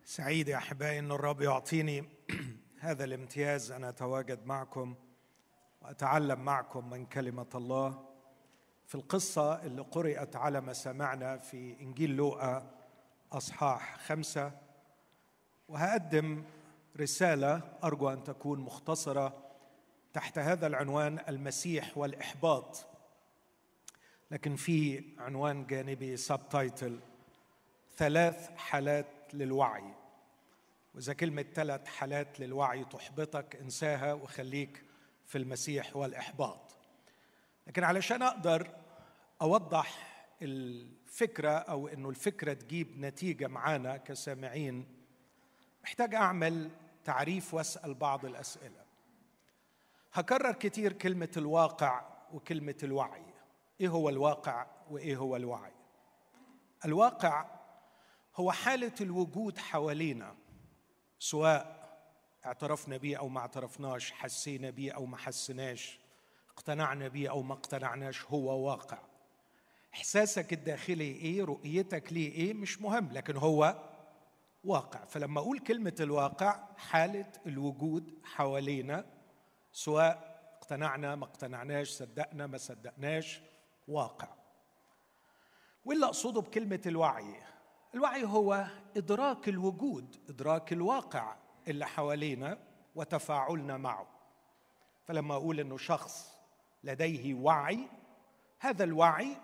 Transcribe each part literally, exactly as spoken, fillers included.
سعيد يا أحبائي أن الرب يعطيني هذا الامتياز أن أتواجد معكم وأتعلم معكم من كلمة الله في القصة اللي قرأت على مسامعنا في إنجيل لوقا أصحاح خمسة. وهقدم رسالة أرجو أن تكون مختصرة تحت هذا العنوان: المسيح والإحباط، لكن في عنوان جانبي سب تايتل: ثلاث حالات للوعي. وإذا كلمة ثلاث حالات للوعي تحبطك انساها وخليك في المسيح والإحباط. لكن علشان أقدر أوضح الفكرة أو إنه الفكرة تجيب نتيجة معانا كسامعين، محتاج أعمل تعريف وأسأل بعض الأسئلة. هكرر كتير كلمة الواقع وكلمة الوعي. إيه هو الواقع وإيه هو الوعي؟ الواقع هو حالة الوجود حوالينا، سواء اعترفنا بيه أو ما اعترفناش، حسينا بيه أو ما حسناش، اقتنعنا بيه أو ما اقتنعناش، هو واقع. إحساسك الداخلي إيه، رؤيتك ليه إيه، مش مهم، لكن هو واقع. فلما أقول كلمة الواقع، حالة الوجود حوالينا، سواء اقتنعنا ما اقتنعناش، صدقنا ما صدقناش، واقع. واللي أقصده بكلمة الوعي، الوعي هو إدراك الوجود، إدراك الواقع اللي حوالينا وتفاعلنا معه. فلما أقول إنه شخص لديه وعي، هذا الوعي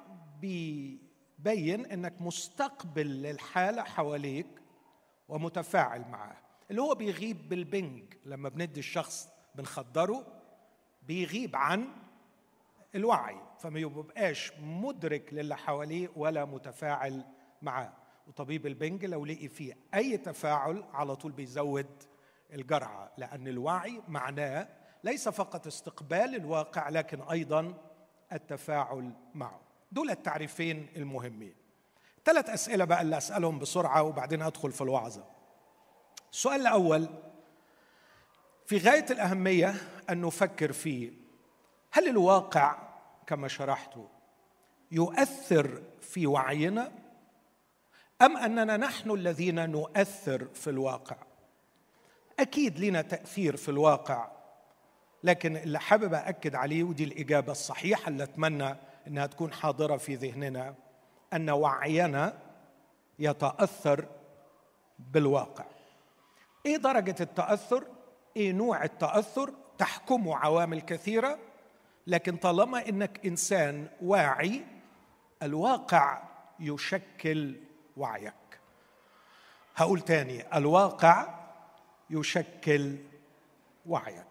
بيبين إنك مستقبل للحالة حواليك ومتفاعل معها. اللي هو بيغيب بالبنج، لما بندي الشخص بنخدره بيغيب عن الوعي، فما يبقاش مدرك للي حواليه ولا متفاعل معاه. وطبيب البنج لو لقي فيه أي تفاعل على طول بيزود الجرعة، لأن الوعي معناه ليس فقط استقبال الواقع لكن أيضا التفاعل معه. دول التعريفين المهمين. ثلاث أسئلة بقى اللي أسألهم بسرعة وبعدين أدخل في الوعظة. السؤال الأول في غاية الأهمية أن نفكر فيه: هل الواقع كما شرحته يؤثر في وعينا أم أننا نحن الذين نؤثر في الواقع؟ أكيد لنا تأثير في الواقع، لكن اللي حابب أأكد عليه، ودي الإجابة الصحيحة اللي أتمنى أنها تكون حاضرة في ذهننا، أن وعينا يتأثر بالواقع. إيه درجة التأثر؟ إيه نوع التأثر؟ تحكمه عوامل كثيرة، لكن طالما إنك إنسان واعي، الواقع يشكل وعيك. هقول تاني: الواقع يشكل وعيك.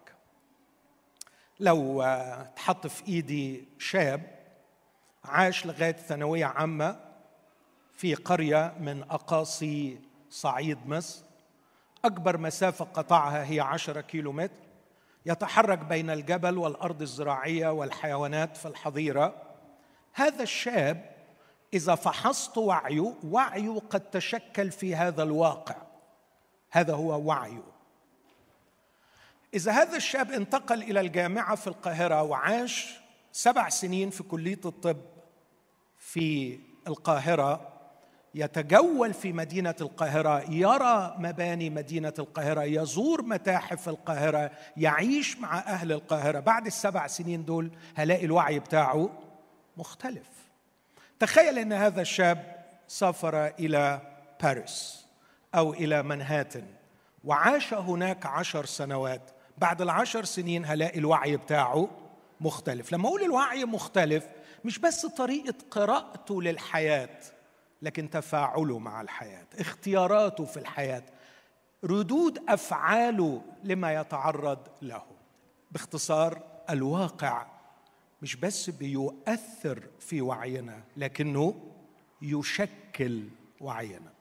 لو تحط في إيدي شاب عاش لغاية ثانوية عامة في قرية من أقاصي صعيد مصر، أكبر مسافة قطعها هي عشرة كيلو متر، يتحرك بين الجبل والأرض الزراعية والحيوانات في الحظيرة. هذا الشاب إذا فحصت وعيه، وعيه قد تشكل في هذا الواقع، هذا هو وعيه. إذا هذا الشاب انتقل إلى الجامعة في القاهرة وعاش سبع سنين في كلية الطب في القاهرة، يتجول في مدينة القاهرة، يرى مباني مدينة القاهرة، يزور متاحف القاهرة، يعيش مع أهل القاهرة، بعد السبع سنين دول هلاقي الوعي بتاعه مختلف. تخيل أن هذا الشاب سافر إلى باريس أو إلى منهاتن وعاش هناك عشر سنوات، بعد العشر سنين هلاقي الوعي بتاعه مختلف. لما أقول الوعي مختلف، مش بس طريقة قراءته للحياة، لكن تفاعله مع الحياة، اختياراته في الحياة، ردود أفعاله لما يتعرض له. باختصار، الواقع مش بس بيؤثر في وعينا، لكنه يشكل وعينا.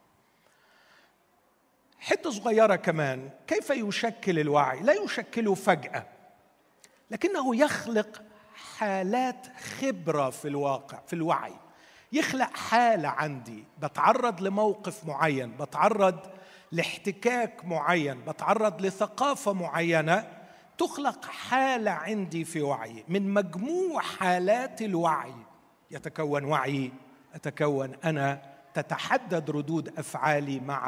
حتة صغيرة كمان: كيف يشكل الوعي؟ لا يشكله فجأة، لكنه يخلق حالات خبرة في الواقع، في الوعي. يخلق حالة عندي، بتعرض لموقف معين، بتعرض لاحتكاك معين، بتعرض لثقافة معينة، تخلق حالة عندي في وعي. من مجموع حالات الوعي يتكون وعي، أتكون أنا، تتحدد ردود أفعالي مع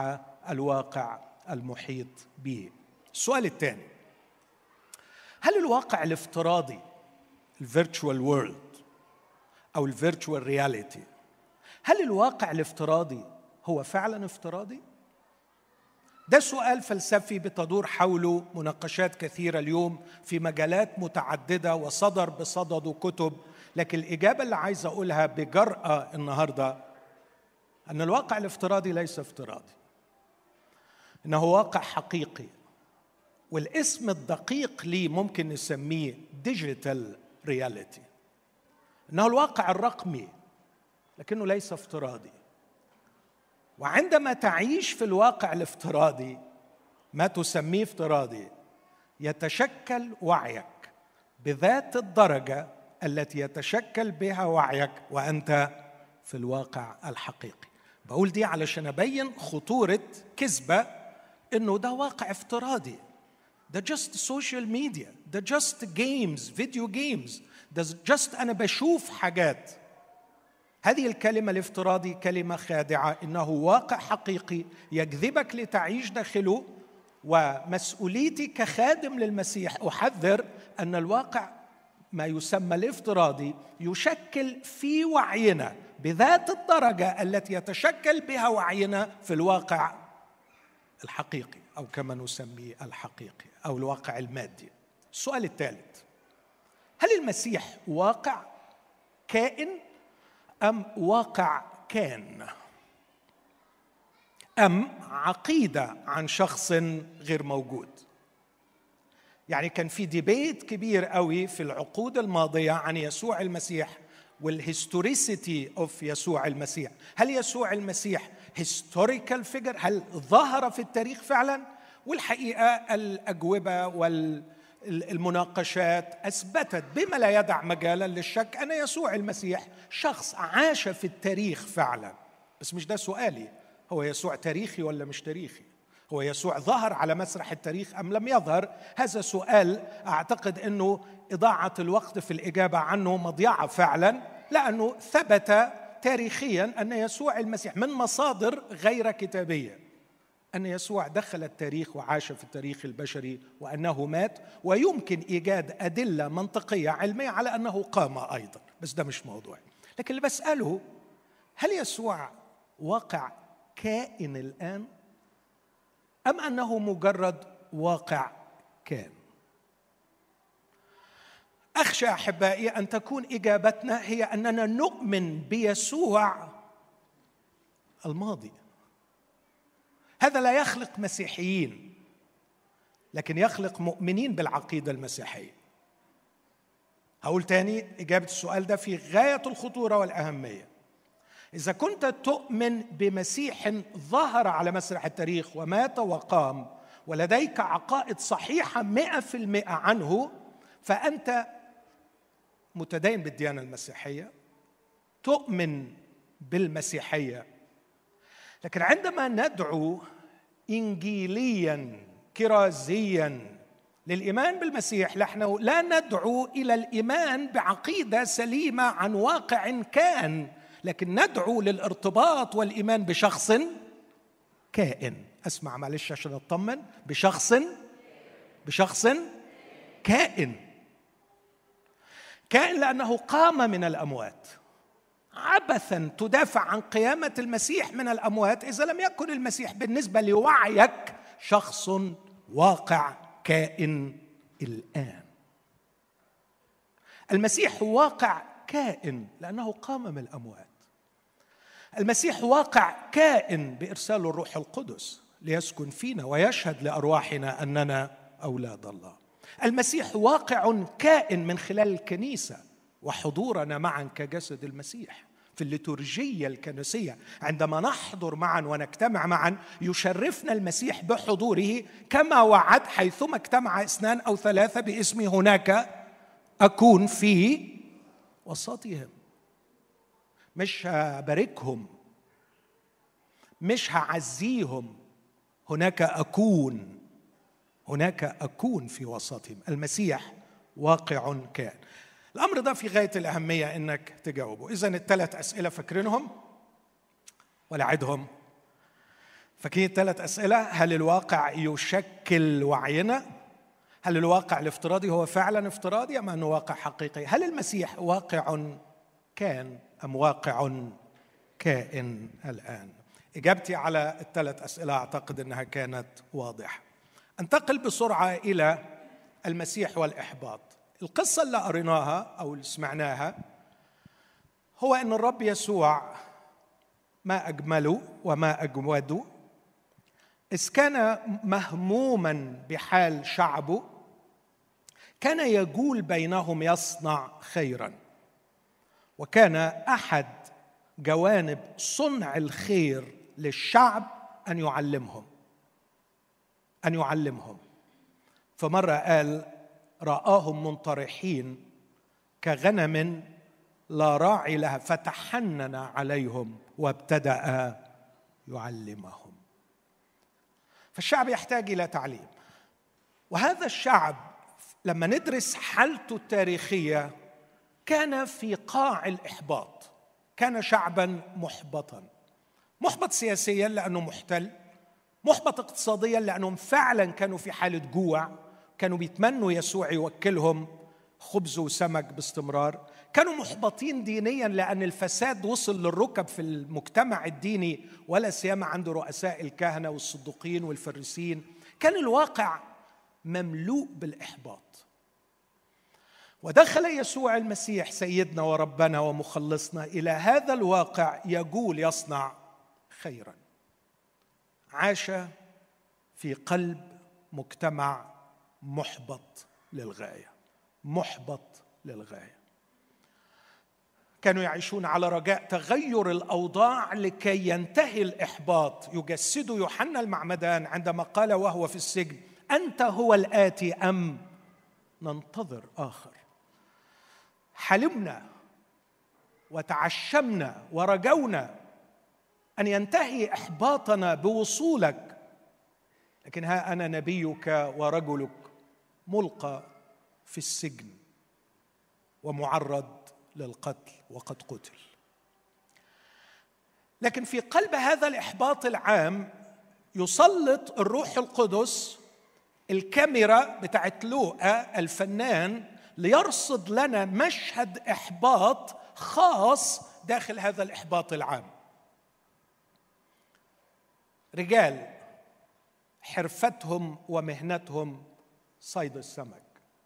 الواقع المحيط به. السؤال الثاني: هل الواقع الافتراضي الفيرتشوال وورلد أو الفيرتشوال رياليتي، هل الواقع الافتراضي هو فعلا افتراضي؟ ده سؤال فلسفي بتدور حوله مناقشات كثيرة اليوم في مجالات متعددة، وصدر بصدده كتب، لكن الإجابة اللي عايز أقولها بجرأة النهاردة أن الواقع الافتراضي ليس افتراضي، إنه واقع حقيقي، والاسم الدقيق ليه ممكن نسميه ديجيتال رياليتي، إنه الواقع الرقمي لكنه ليس افتراضي. وعندما تعيش في الواقع الافتراضي ما تسميه افتراضي، يتشكل وعيك بذات الدرجة التي يتشكل بها وعيك وأنت في الواقع الحقيقي. بقول دي علشان أبين خطورة كذبة إنه ده واقع افتراضي، ده جست سوشيال ميديا، ده جست جيمز، فيديو جيمز، ده جست أنا بشوف حاجات. هذه الكلمة الافتراضي كلمة خادعة، إنه واقع حقيقي يجذبك لتعيش داخله. ومسؤوليتي كخادم للمسيح أحذر أن الواقع ما يسمى الافتراضي يشكل في وعينا بذات الدرجة التي يتشكل بها وعينا في الواقع الحقيقي، أو كما نسميه الحقيقي، أو الواقع المادي. السؤال الثالث: هل المسيح واقع كائن أم واقع كان؟ أم عقيدة عن شخص غير موجود؟ يعني كان في ديبيت كبير قوي في العقود الماضية عن يسوع المسيح والهيستوريسيتي اوف يسوع المسيح. هل يسوع المسيح هيستوريكال فيجر؟ هل ظهر في التاريخ فعلا؟ والحقيقة الأجوبة والمناقشات أثبتت بما لا يدع مجالا للشك أن يسوع المسيح شخص عاش في التاريخ فعلا. بس مش ده سؤالي، هو يسوع تاريخي ولا مش تاريخي؟ هو يسوع ظهر على مسرح التاريخ أم لم يظهر؟ هذا سؤال أعتقد أنه إضاعة الوقت في الإجابة عنه مضيعة فعلا، لأنه ثبت تاريخيا أن يسوع المسيح من مصادر غير كتابية أن يسوع دخل التاريخ وعاش في التاريخ البشري، وأنه مات، ويمكن إيجاد أدلة منطقية علمية على أنه قام أيضا، بس ده مش موضوعي. لكن اللي بسأله: هل يسوع واقع كائن الآن أم أنه مجرد واقع كان؟ أخشى أحبائي أن تكون إجابتنا هي أننا نؤمن بيسوع الماضي. هذا لا يخلق مسيحيين، لكن يخلق مؤمنين بالعقيدة المسيحية. هقول تاني، إجابة السؤال ده في غاية الخطورة والأهمية. إذا كنت تؤمن بمسيح ظهر على مسرح التاريخ ومات وقام، ولديك عقائد صحيحة مئة في المئة عنه، فأنت متدين بالديانة المسيحية، تؤمن بالمسيحية. لكن عندما ندعو إنجيلياً كرازياً للإيمان بالمسيح، نحن لا ندعو إلى الإيمان بعقيدة سليمة عن واقع كان، لكن ندعو للارتباط والإيمان بشخص كائن. أسمع معلش عشان أطمن، بشخص بشخص كائن كائن لأنه قام من الأموات. عبثاً تدافع عن قيامة المسيح من الأموات إذا لم يكن المسيح بالنسبة لوعيك شخص واقع كائن الآن. المسيح واقع كائن لأنه قام من الأموات. المسيح واقع كائن بإرسال الروح القدس ليسكن فينا ويشهد لأرواحنا أننا أولاد الله. المسيح واقع كائن من خلال الكنيسة وحضورنا معا كجسد المسيح في الليتورجية الكنسية. عندما نحضر معا ونجتمع معا يشرفنا المسيح بحضوره، كما وعد: حيثما اجتمع اثنان أو ثلاثة باسمي هناك أكون في وسطهم. مش هباركهم، مش هعزيهم، هناك أكون هناك أكون في وسطهم. المسيح واقع كائن. الأمر ده في غاية الأهمية إنك تجاوبه. إذن الثلاث أسئلة فاكرينهم ولا أعيدهم؟ فكين ثلاث أسئلة: هل الواقع يشكل وعينا؟ هل الواقع الافتراضي هو فعلا افتراضي أم أنه واقع حقيقي؟ هل المسيح واقع كان أم واقع كائن الآن؟ إجابتي على الثلاث أسئلة أعتقد أنها كانت واضحة. أنتقل بسرعة إلى المسيح والإحباط. القصة اللي قريناها أو اللي سمعناها هو أن الرب يسوع ما أجمله وما أجوده، إذ كان مهموما بحال شعبه كان يجول بينهم يصنع خيرا، وكان أحد جوانب صنع الخير للشعب أن يعلمهم أن يعلمهم فمرة قال: رآهم منطرحين كغنم لا راعي لها فتحنن عليهم وابتدأ يعلمهم. فالشعب يحتاج إلى تعليم، وهذا الشعب لما ندرس حالته التاريخية كان في قاع الإحباط، كان شعبا محبطا، محبط سياسيا لأنه محتل، محبط اقتصاديا لأنهم فعلا كانوا في حالة جوع، كانوا بيتمنوا يسوع يوكلهم خبز وسمك باستمرار، كانوا محبطين دينيا لأن الفساد وصل للركب في المجتمع الديني، ولا سيما عند رؤساء الكهنة والصدوقين والفريسيين. كان الواقع مملوء بالإحباط، ودخل يسوع المسيح سيدنا وربنا ومخلصنا إلى هذا الواقع يجول يصنع خيرا. عاش في قلب مجتمع محبط للغاية، محبط للغاية. كانوا يعيشون على رجاء تغير الأوضاع لكي ينتهي الإحباط. يجسد يوحنا المعمدان عندما قال وهو في السجن: أنت هو الآتي أم ننتظر آخر؟ حلمنا وتعشمنا ورجونا أن ينتهي إحباطنا بوصولك، لكن ها أنا نبيك ورجلك ملقى في السجن ومعرض للقتل وقد قتل. لكن في قلب هذا الإحباط العام يسلط الروح القدس الكاميرا بتاعت لوقا الفنان ليرصد لنا مشهد إحباط خاص داخل هذا الإحباط العام. رجال حرفتهم ومهنتهم صيد السمك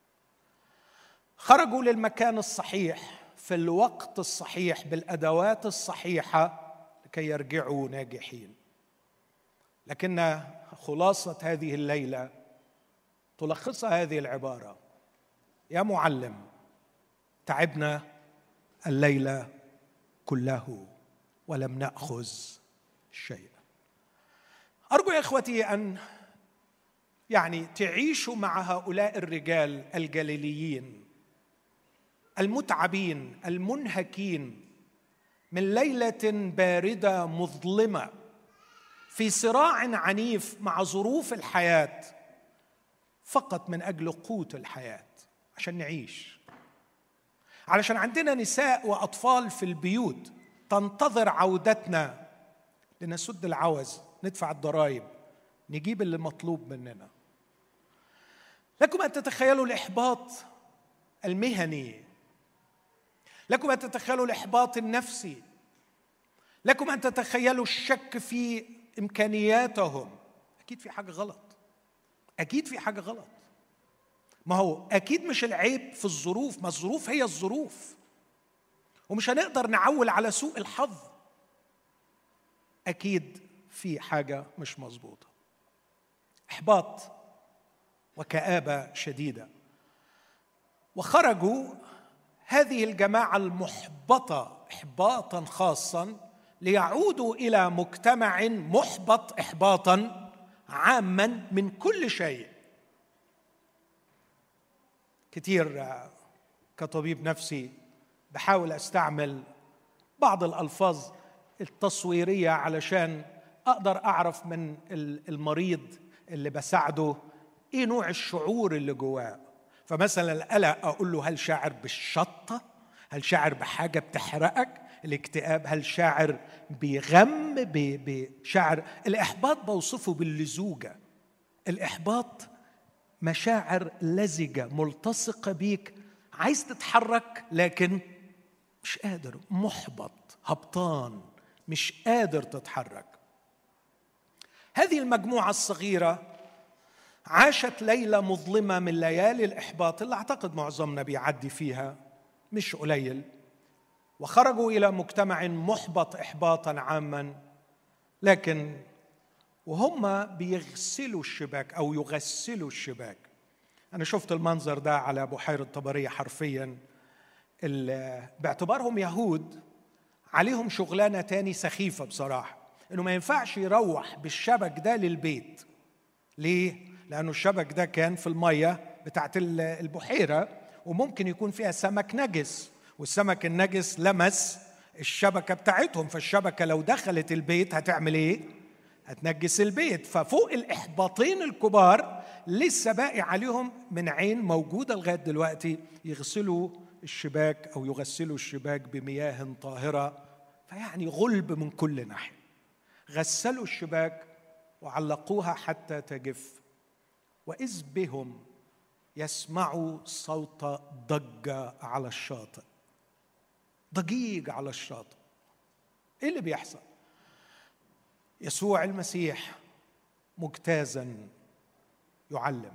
خرجوا للمكان الصحيح في الوقت الصحيح بالأدوات الصحيحة لكي يرجعوا ناجحين. لكن خلاصة هذه الليلة تلخصها هذه العبارة: يا معلم تعبنا الليلة كله ولم نأخذ شيئا. أرجو يا إخوتي أن يعني تعيشوا مع هؤلاء الرجال الجليليين المتعبين المنهكين من ليلة باردة مظلمة في صراع عنيف مع ظروف الحياة فقط من أجل قوت الحياة، عشان نعيش، علشان عندنا نساء وأطفال في البيوت تنتظر عودتنا لنسد العوز، ندفع الضرائب، نجيب اللي مطلوب مننا. لكم أن تتخيلوا الإحباط المهني، لكم أن تتخيلوا الإحباط النفسي، لكم أن تتخيلوا الشك في إمكانياتهم. أكيد في حاجة غلط، أكيد في حاجة غلط. ما هو أكيد مش العيب في الظروف، ما الظروف هي الظروف، ومش هنقدر نعول على سوء الحظ. أكيد في حاجة مش مظبوطة. إحباط وكآبة شديدة. وخرجوا هذه الجماعة المحبطة إحباطا خاصا ليعودوا إلى مجتمع محبط إحباطا عاما من كل شيء. كتير كطبيب نفسي بحاول أستعمل بعض الألفاظ التصويرية علشان أقدر أعرف من المريض اللي بساعده إيه نوع الشعور اللي جواه. فمثلا القلق أقول له: هل شاعر بالشطة؟ هل شاعر بحاجة بتحرقك؟ الاكتئاب؟ هل شاعر بغم، بشعر؟ الإحباط بوصفه باللزوجة. الإحباط مشاعر لزجة ملتصقة بيك، عايز تتحرك لكن مش قادر، محبط، هبطان، مش قادر تتحرك. هذه المجموعة الصغيرة عاشت ليلة مظلمة من ليالي الإحباط اللي أعتقد معظمنا بيعدي فيها، مش قليل، وخرجوا إلى مجتمع محبط إحباطا عاما. لكن وهم بيغسلوا الشباك أو يغسلوا الشباك، أنا شفت المنظر ده على بحيرة طبرية حرفيا، باعتبارهم يهود عليهم شغلانة تاني سخيفة بصراحة، إنه ما ينفعش يروح بالشبك ده للبيت. ليه؟ لأنه الشبك ده كان في المية بتاعت البحيرة، وممكن يكون فيها سمك نجس، والسمك النجس لمس الشبكة بتاعتهم، فالشبكة لو دخلت البيت هتعمل إيه؟ هتنجس البيت. ففوق الإحباطين الكبار لسه باقي عليهم من عين موجودة لغاية دلوقتي يغسلوا الشباك أو يغسلوا الشباك بمياه طاهرة، فيعني غلب من كل ناحية. غسلوا الشباك وعلقوها حتى تجف، وإذ بهم يسمعوا صوت ضجة على الشاطئ، ضجيج على الشاطئ. إيه اللي بيحصل؟ يسوع المسيح مجتازا يعلم.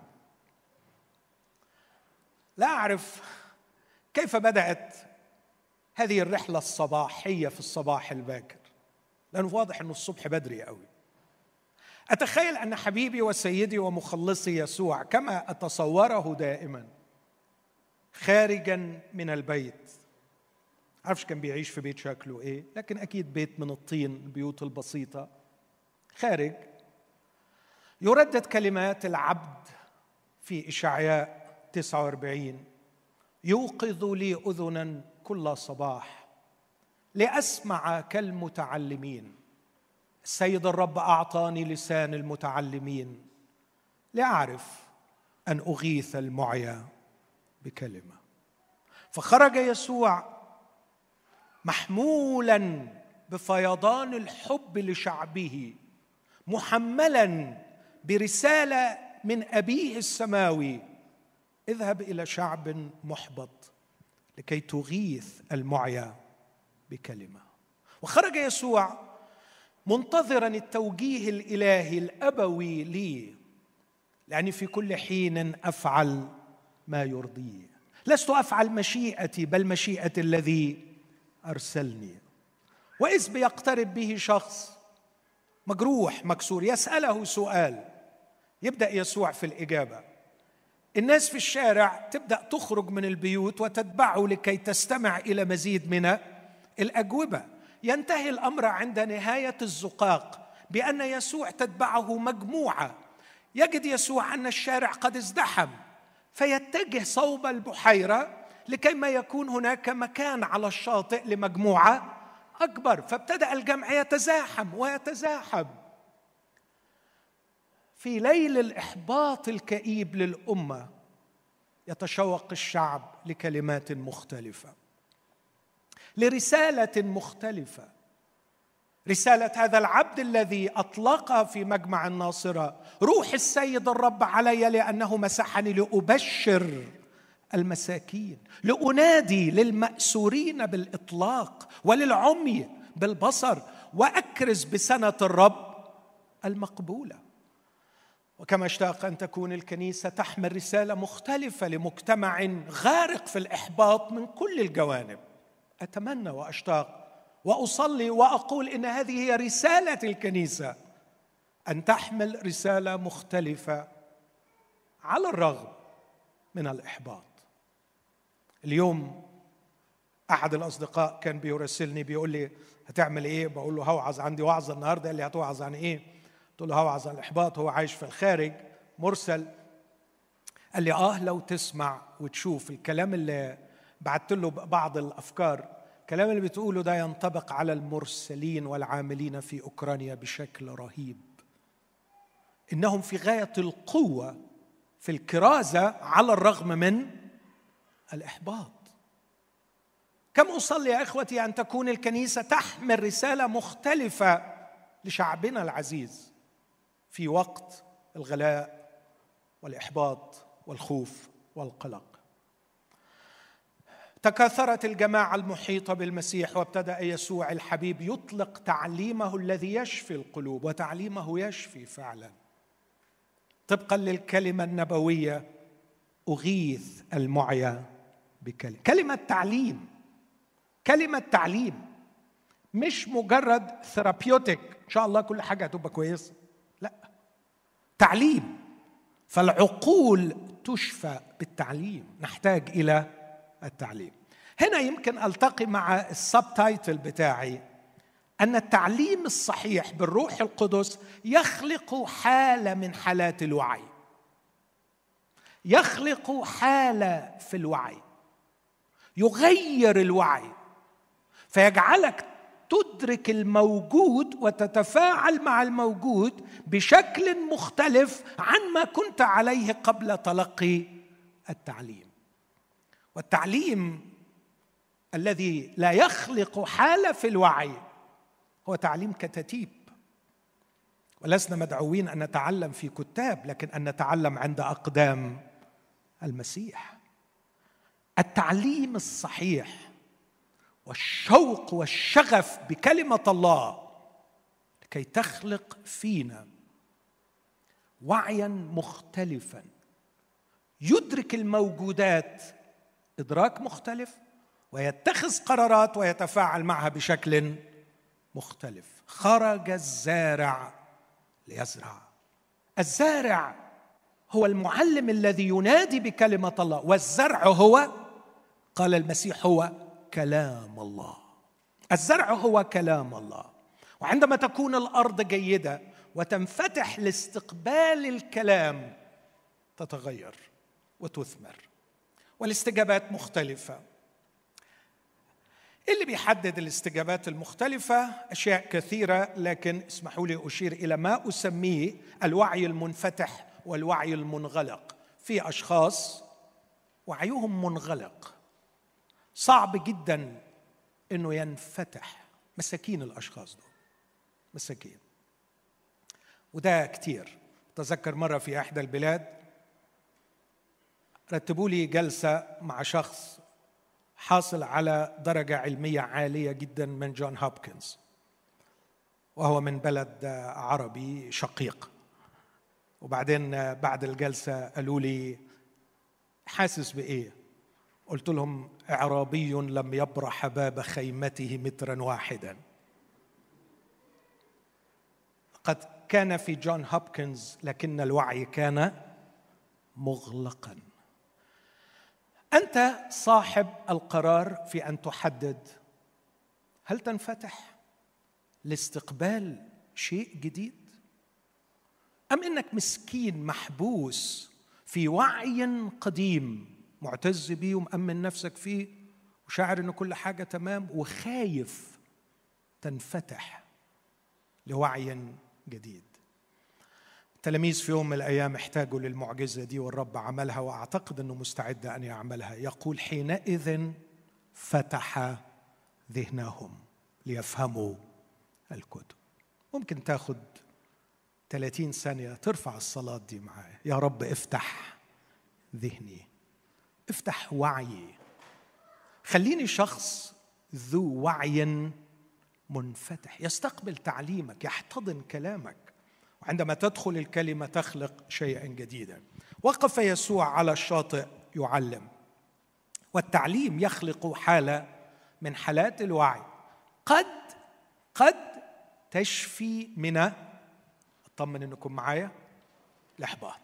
لا أعرف كيف بدأت هذه الرحلة الصباحية في الصباح الباكر، لأنه واضح أنه الصبح بدري قوي. أتخيل أن حبيبي وسيدي ومخلصي يسوع كما أتصوره دائما خارجا من البيت، عارفش كان بيعيش في بيت شكله إيه، لكن أكيد بيت من الطين، البيوت البسيطة، خارج يردد كلمات العبد في إشعياء تسعة وأربعين: يوقظ لي أذنا كل صباح لأسمع كالمتعلمين. السيد الرب أعطاني لسان المتعلمين لأعرف أن أغيث المعيا بكلمة. فخرج يسوع محمولا بفيضان الحب لشعبه، محملا برسالة من أبيه السماوي: اذهب إلى شعب محبط لكي تغيث المعيا بكلمة. وخرج يسوع منتظرا التوجيه الإلهي الأبوي لي، لأني في كل حين أفعل ما يرضيه، لست أفعل مشيئتي بل مشيئة الذي أرسلني. وإذ بيقترب به شخص مجروح مكسور يسأله سؤال، يبدأ يسوع في الإجابة. الناس في الشارع تبدأ تخرج من البيوت وتتبعه لكي تستمع إلى مزيد من الأجوبة. ينتهي الأمر عند نهاية الزقاق بأن يسوع تتبعه مجموعة. يجد يسوع أن الشارع قد ازدحم، فيتجه صوب البحيرة لكي ما يكون هناك مكان على الشاطئ لمجموعة أكبر. فابتدأ الجمع يتزاحم ويتزاحم. في ليل الإحباط الكئيب للأمة يتشوق الشعب لكلمات مختلفة، لرسالة مختلفة، رسالة هذا العبد الذي أطلقها في مجمع الناصرة: روح السيد الرب علي لأنه مسحني لأبشر المساكين، لأنادي للمأسورين بالإطلاق وللعمي بالبصر، وأكرز بسنة الرب المقبولة. وكما اشتاق أن تكون الكنيسة تحمل رسالة مختلفة لمجتمع غارق في الإحباط من كل الجوانب، أتمنى وأشتاق وأصلي وأقول إن هذه هي رسالة الكنيسة، أن تحمل رسالة مختلفة على الرغم من الإحباط. اليوم أحد الأصدقاء كان بيرسلني بيقول لي: هتعمل إيه؟ بقول له: هوعظ، عندي وعظة النهاردة. قال لي: هتوعظ عن إيه؟ قلت له: هوعظ عن الإحباط. هو عايش في الخارج مرسل. قال لي: آه لو تسمع وتشوف الكلام اللي بعت له بعض الأفكار، الكلام اللي بتقوله ده ينطبق على المرسلين والعاملين في أوكرانيا بشكل رهيب. إنهم في غاية القوة في الكرازة على الرغم من الإحباط. كم أصلي يا إخوتي أن تكون الكنيسة تحمل رسالة مختلفة لشعبنا العزيز في وقت الغلاء والإحباط والخوف والقلق. تكاثرت الجماعة المحيطة بالمسيح، وابتدأ يسوع الحبيب يطلق تعليمه الذي يشفي القلوب، وتعليمه يشفي فعلا. طبقا للكلمة النبوية: أغيث المعيا بكلمة. كلمة تعليم، كلمة تعليم مش مجرد ثيرابيوتيك إن شاء الله كل حاجة هتبقى كويسة، لا، تعليم. فالعقول تشفى بالتعليم، نحتاج إلى التعليم. هنا يمكن ألتقي مع السبتايتل بتاعي أن التعليم الصحيح بالروح القدس يخلق حالة من حالات الوعي، يخلق حالة في الوعي، يغير الوعي، فيجعلك تدرك الموجود وتتفاعل مع الموجود بشكل مختلف عن ما كنت عليه قبل تلقي التعليم. والتعليم الذي لا يخلق حالة في الوعي هو تعليم كتاتيب. ولسنا مدعوين أن نتعلم في كتاب، لكن أن نتعلم عند أقدام المسيح. التعليم الصحيح والشوق والشغف بكلمة الله لكي تخلق فينا وعيا مختلفا يدرك الموجودات إدراك مختلف، ويتخذ قرارات ويتفاعل معها بشكل مختلف. خرج الزارع ليزرع. الزارع هو المعلم الذي ينادي بكلمة الله، والزرع هو، قال المسيح، هو كلام الله. الزرع هو كلام الله. وعندما تكون الأرض جيدة وتنفتح لاستقبال الكلام تتغير وتثمر، والاستجابات مختلفة. اللي بيحدد الاستجابات المختلفة أشياء كثيرة، لكن اسمحوا لي أشير إلى ما أسميه الوعي المنفتح والوعي المنغلق. في أشخاص وعيهم منغلق، صعب جدا أنه ينفتح. مساكين الأشخاص دول، مساكين. وده كتير. تذكر مرة في إحدى البلاد رتبوا لي جلسة مع شخص حاصل على درجة علمية عالية جدا من جون هوبكنز، وهو من بلد عربي شقيق. وبعدين بعد الجلسة قالوا لي: حاسس بإيه؟ قلت لهم: إعرابي لم يبرح باب خيمته مترا واحدا. قد كان في جون هوبكنز، لكن الوعي كان مغلقا. أنت صاحب القرار في أن تحدد هل تنفتح لاستقبال شيء جديد، أم إنك مسكين محبوس في وعي قديم معتز بيه ومأمن نفسك فيه وشاعر إن كل حاجة تمام، وخايف تنفتح لوعي جديد. التلاميذ في يوم من الأيام احتاجوا للمعجزة دي، والرب عملها، وأعتقد أنه مستعد أن يعملها. يقول: حينئذ فتح ذهنهم ليفهموا الكتب. ممكن تاخد ثلاثين ثانية ترفع الصلاة دي معايا: يا رب افتح ذهني، افتح وعيي، خليني شخص ذو وعي منفتح يستقبل تعليمك، يحتضن كلامك، وعندما تدخل الكلمة تخلق شيئا جديدا. وقف يسوع على الشاطئ يعلم، والتعليم يخلق حالة من حالات الوعي قد قد تشفي من، أطمن أنكم معايا، الإحباط.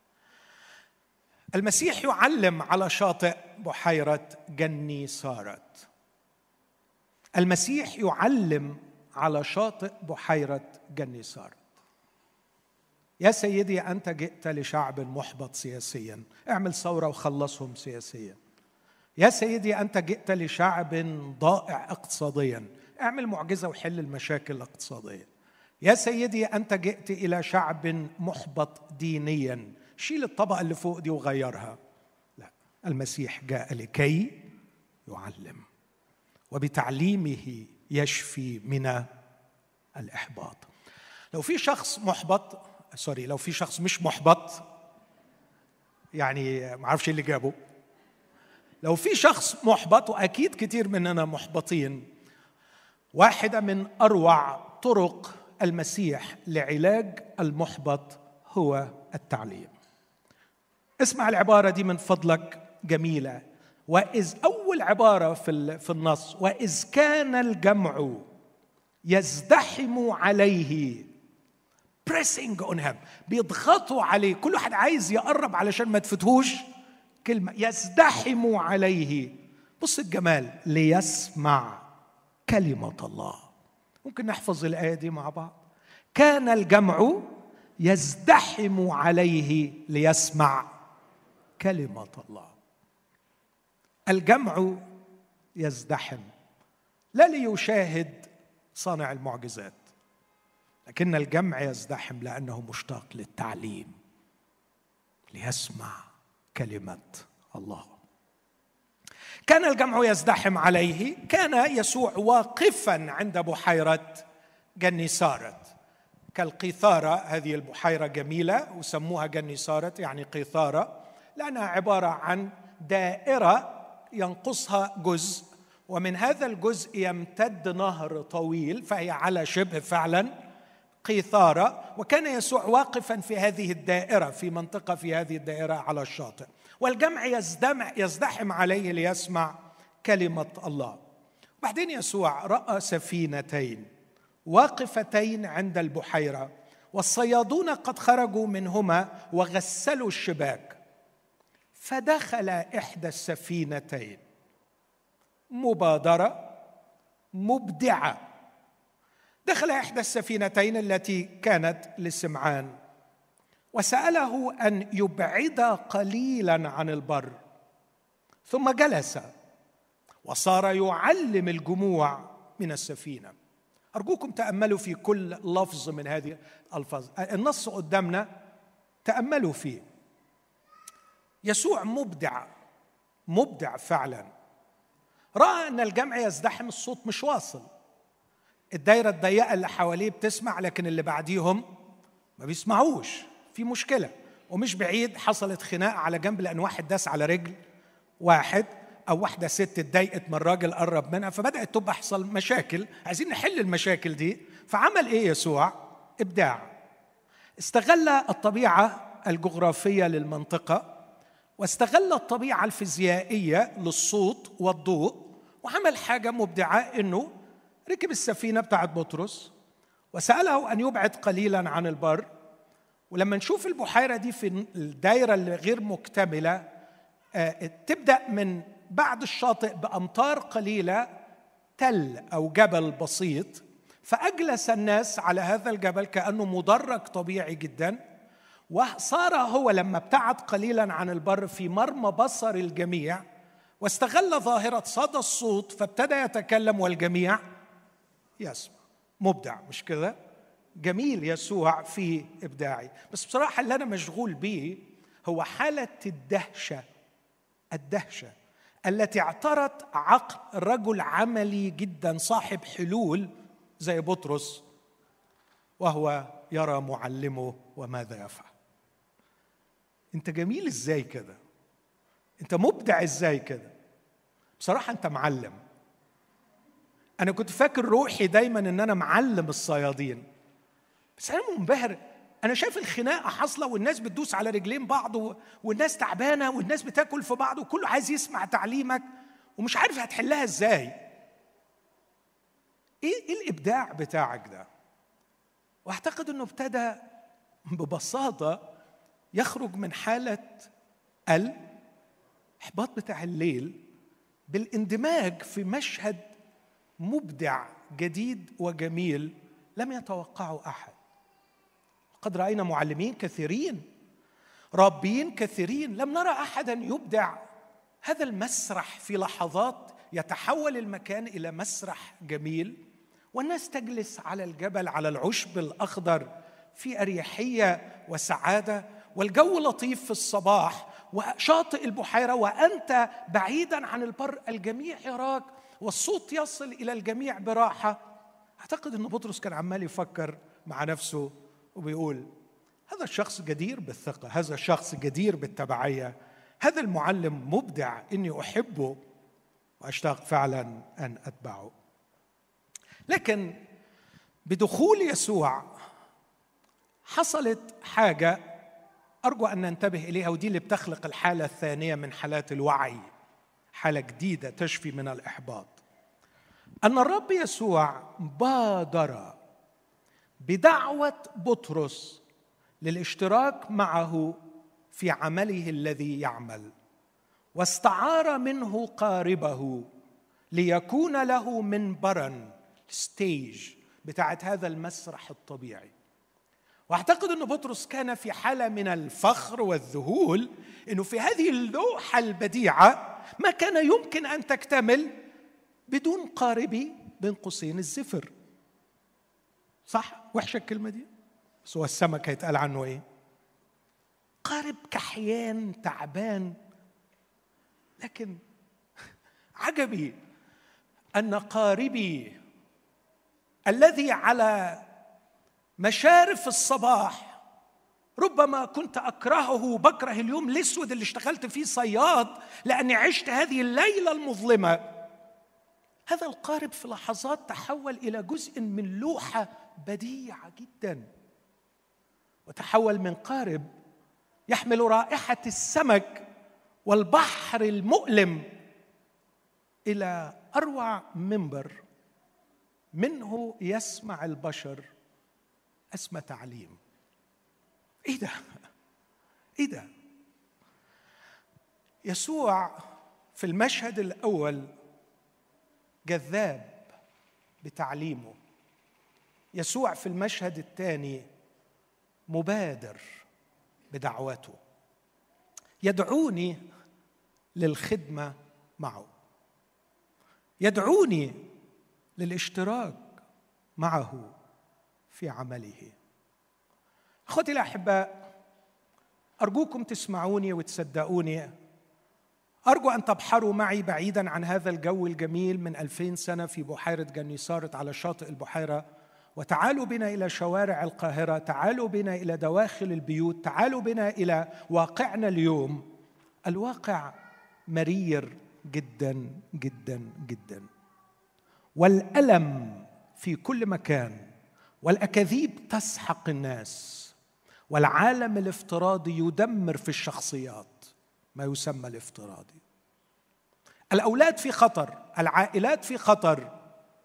المسيح يعلم على شاطئ بحيرة جني سارت. المسيح يعلم على شاطئ بحيرة جني سارت. يا سيدي أنت جئت لشعب محبط سياسيا، اعمل ثورة وخلصهم سياسيا. يا سيدي أنت جئت لشعب ضائع اقتصاديا، اعمل معجزة وحل المشاكل الاقتصادية. يا سيدي أنت جئت إلى شعب محبط دينيا، شيل الطبقة اللي فوق دي وغيرها. لا، المسيح جاء لكي يعلم. وبتعليمه يشفي من الإحباط. لو في شخص محبط سوري لو في شخص مش محبط، يعني ما اعرفش اللي جابه، لو في شخص محبط، وأكيد كتير مننا محبطين، واحدة من أروع طرق المسيح لعلاج المحبط هو التعليم. اسمع العبارة دي من فضلك، جميلة. وإذ أول عبارة في في النص، وإذ كان الجمع يزدحم عليه، pressing on him، بيضغطوا عليه، كل واحد عايز يقرب علشان ما تفتهوش كلمة، يزدحم عليه. بص الجمال، ليسمع كلمة الله. ممكن نحفظ الآية دي مع بعض؟ كان الجمع يزدحم عليه ليسمع كلمة الله. الجمع يزدحم لا ليشاهد صانع المعجزات، لكن الجمع يزدحم لأنه مشتاق للتعليم، ليسمع كلمة الله. كان الجمع يزدحم عليه. كان يسوع واقفا عند بحيرة جنيسارت، كالقيثارة. هذه البحيرة جميلة وسموها جنيسارت يعني قيثارة، لأنها عبارة عن دائرة ينقصها جزء، ومن هذا الجزء يمتد نهر طويل، فهي على شبه فعلا قيثارة. وكان يسوع واقفا في هذه الدائرة، في منطقة في هذه الدائرة على الشاطئ، والجمع يزدحم عليه ليسمع كلمة الله. وبعدين يسوع رأى سفينتين واقفتين عند البحيرة، والصيادون قد خرجوا منهما وغسلوا الشباك، فدخل إحدى السفينتين. مبادرة مبدعة. دخل إحدى السفينتين التي كانت لسمعان، وسأله أن يبعد قليلا عن البر، ثم جلس وصار يعلم الجموع من السفينة. أرجوكم تأملوا في كل لفظ من هذه الألفاظ، النص قدامنا، تأملوا فيه. يسوع مبدع مبدع فعلا. رأى أن الجمع يزدحم، الصوت مش واصل، الدايرة الضيقة اللي حواليه بتسمع لكن اللي بعديهم ما بيسمعوش، في مشكلة. ومش بعيد حصلت خناقة على جنب، لأن واحد داس على رجل واحد، أو واحدة ست اتضايقت من راجل قرب منها، فبدأت تبقى حصل مشاكل. عايزين نحل المشاكل دي. فعمل إيه يسوع؟ إبداع. استغل الطبيعة الجغرافية للمنطقة، واستغل الطبيعة الفيزيائية للصوت والضوء، وعمل حاجة مبدعة، إنه ركب السفينة بتاعت بطرس وسأله أن يبعد قليلا عن البر. ولما نشوف البحيرة دي في الدائرة اللي غير مكتملة، تبدأ من بعد الشاطئ بأمتار قليلة تل أو جبل بسيط، فأجلس الناس على هذا الجبل كأنه مدرج طبيعي جدا، وصار هو لما ابتعد قليلا عن البر في مرمى بصر الجميع، واستغل ظاهرة صدى الصوت فابتدى يتكلم والجميع يسمع. مبدع مش كده؟ جميل يسوع في إبداعي. بس بصراحة اللي أنا مشغول به هو حالة الدهشة الدهشة التي اعترت عقل رجل عملي جدا صاحب حلول زي بطرس، وهو يرى معلمه وماذا يفعل. انت جميل ازاي كده؟ انت مبدع ازاي كده؟ بصراحة انت معلم. انا كنت فاكر روحي دايما ان انا معلم الصيادين، بس انا منبهر. انا شايف الخناقة حاصلة والناس بتدوس على رجلين بعض، والناس تعبانة والناس بتاكل في بعض، وكله عايز يسمع تعليمك ومش عارف هتحلها ازاي. ايه ايه الابداع بتاعك ده؟ واعتقد انه ابتدى ببساطة يخرج من حالة الإحباط بتاع الليل بالاندماج في مشهد مبدع جديد وجميل لم يتوقعه أحد. قد رأينا معلمين كثيرين، رابين كثيرين، لم نرى أحدا يبدع هذا المسرح. في لحظات يتحول المكان إلى مسرح جميل، والناس تجلس على الجبل على العشب الأخضر في أريحية وسعادة، والجو لطيف في الصباح، وشاطئ البحيرة وأنت بعيدا عن البر، الجميع يراك والصوت يصل إلى الجميع براحة. أعتقد أن بطرس كان عمال يفكر مع نفسه وبيقول هذا الشخص جدير بالثقة، هذا الشخص جدير بالتبعية، هذا المعلم مبدع، إني أحبه وأشتاق فعلا أن أتبعه. لكن بدخول يسوع حصلت حاجة أرجو أن ننتبه إليها، ودي اللي بتخلق الحالة الثانية من حالات الوعي، حالة جديدة تشفي من الإحباط. أن الرب يسوع بادر بدعوة بطرس للاشتراك معه في عمله الذي يعمل، واستعار منه قاربه ليكون له منبرا، ستيج بتاعت هذا المسرح الطبيعي. واعتقد أن بطرس كان في حالة من الفخر والذهول أنه في هذه اللوحة البديعة ما كان يمكن أن تكتمل بدون قاربي بين قوسين الزفر. صح؟ وحشة الكلمة دي، بس هو السمك هيتقال عنه إيه؟ قارب كحيان تعبان. لكن عجبي أن قاربي الذي على مشارف الصباح ربما كنت أكرهه، بكره اليوم الأسود اللي اشتغلت فيه صياد لأني عشت هذه الليلة المظلمة، هذا القارب في لحظات تحول إلى جزء من لوحة بديعة جدا، وتحول من قارب يحمل رائحة السمك والبحر المؤلم إلى أروع منبر منه يسمع البشر أسمى تعليم. إيه ده؟ إيه ده؟ يسوع في المشهد الأول جذاب بتعليمه، يسوع في المشهد الثاني مبادر بدعوته، يدعوني للخدمة معه، يدعوني للاشتراك معه في عمله. أخوتي الأحباء، أرجوكم تسمعوني وتصدقوني، أرجو أن تبحروا معي بعيداً عن هذا الجو الجميل من ألفين سنة في بحيرة جنيسارت على شاطئ البحيرة، وتعالوا بنا إلى شوارع القاهرة، تعالوا بنا إلى دواخل البيوت، تعالوا بنا إلى واقعنا اليوم. الواقع مرير جداً جداً جداً، والألم في كل مكان، والأكاذيب تسحق الناس، والعالم الافتراضي يدمر في الشخصيات ما يسمى الافتراضي. الأولاد في خطر، العائلات في خطر،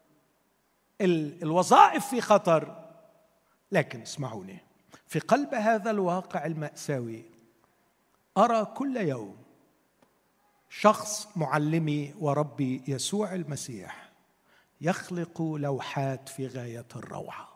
الوظائف في خطر. لكن اسمعوني، في قلب هذا الواقع المأساوي أرى كل يوم شخص معلمي وربي يسوع المسيح يخلق لوحات في غاية الروعة.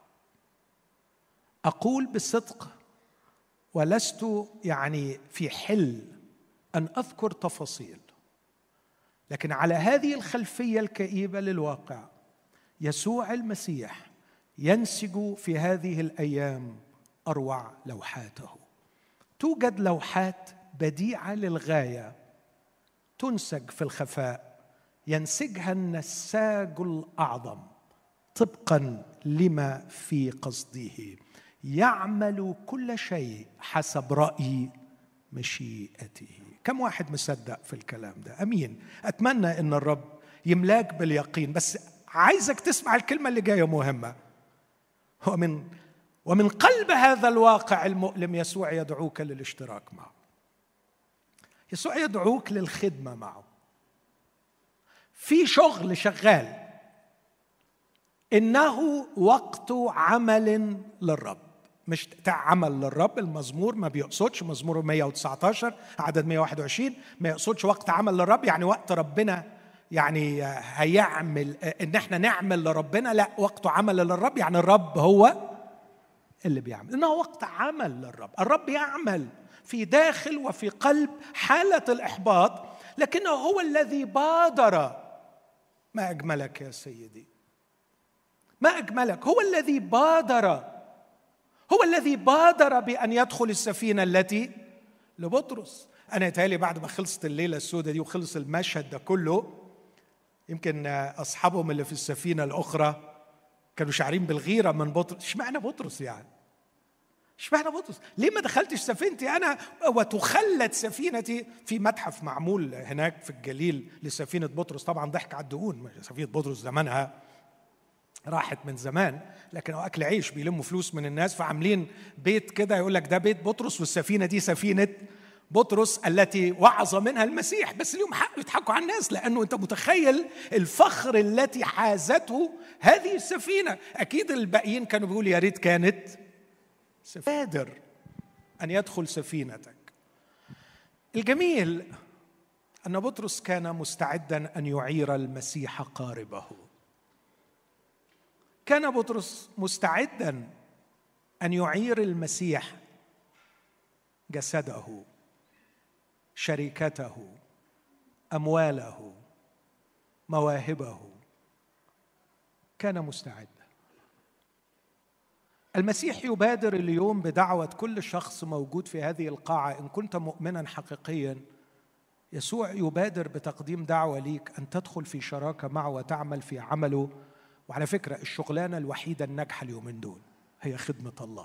أقول بصدق ولست يعني في حل أن أذكر تفاصيل، لكن على هذه الخلفية الكئيبة للواقع يسوع المسيح ينسج في هذه الأيام أروع لوحاته. توجد لوحات بديعة للغاية تنسج في الخفاء، ينسجها النساج الأعظم طبقا لما في قصده، يعمل كل شيء حسب رأي مشيئته. كم واحد مصدق في الكلام ده؟ أمين. أتمنى أن الرب يملاك باليقين، بس عايزك تسمع الكلمة اللي جاية مهمة. ومن ومن قلب هذا الواقع المؤلم يسوع يدعوك للاشتراك معه، يسوع يدعوك للخدمة معه. في شغل شغال، إنه وقت عمل للرب، مش عمل للرب. المزمور ما بيقصدش، مزمور مئة وتسعة عشر عدد مئة وواحد وعشرين ما يقصدش وقت عمل للرب يعني وقت ربنا يعني هيعمل ان احنا نعمل لربنا، لا، وقته عمل للرب يعني الرب هو اللي بيعمل، انه وقت عمل للرب. الرب يعمل في داخل وفي قلب حالة الإحباط، لكنه هو الذي بادر. ما أجملك يا سيدي، ما أجملك، هو الذي بادر، هو الذي بادر بأن يدخل السفينة التي لبطرس. أنا يتهيألي بعد ما خلصت الليلة السوداء دي وخلص المشهد ده كله، يمكن أصحابهم اللي في السفينة الأخرى كانوا شاعرين بالغيرة من بطرس. اشمعنى بطرس يعني؟ اشمعنى بطرس؟ ليه ما دخلتش سفينتي أنا وتخلد سفينتي؟ في متحف معمول هناك في الجليل لسفينة بطرس، طبعا ضحك على الدقون، سفينة بطرس زمانها راحت من زمان، لكن هو أكل عيش، بيلموا فلوس من الناس، فعاملين بيت كده يقول لك ده بيت بطرس، والسفينة دي سفينة بطرس التي وعظ منها المسيح. بس اليوم حق يضحكوا على الناس، لأنه أنت متخيل الفخر التي حازته هذه السفينة. أكيد الباقيين كانوا بيقولوا يا ريت كانت قادر أن يدخل سفينتك. الجميل أن بطرس كان مستعدا أن يعير المسيح قاربه. كان بطرس مستعدا أن يعير المسيح جسده، شركته، أمواله، مواهبه. كان مستعدا. المسيح يبادر اليوم بدعوة كل شخص موجود في هذه القاعة. إن كنت مؤمنا حقيقيا، يسوع يبادر بتقديم دعوة ليك أن تدخل في شراكة معه وتعمل في عمله. وعلى فكرة الشغلانة الوحيدة الناجحة اليومين دول هي خدمة الله.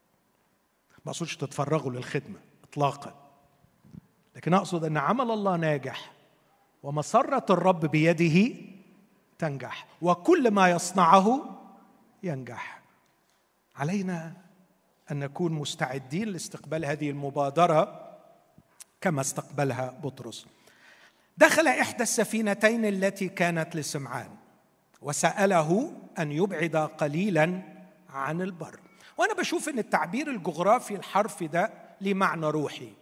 ما أقصدش تتفرغوا للخدمة إطلاقا، لكن أقصد أن عمل الله ناجح ومسرة الرب بيده تنجح، وكل ما يصنعه ينجح. علينا أن نكون مستعدين لاستقبال هذه المبادرة كما استقبلها بطرس. دخل إحدى السفينتين التي كانت لسمعان وسأله أن يبعد قليلا عن البر. وأنا بشوف أن التعبير الجغرافي الحرفي ده ليه معنى روحي.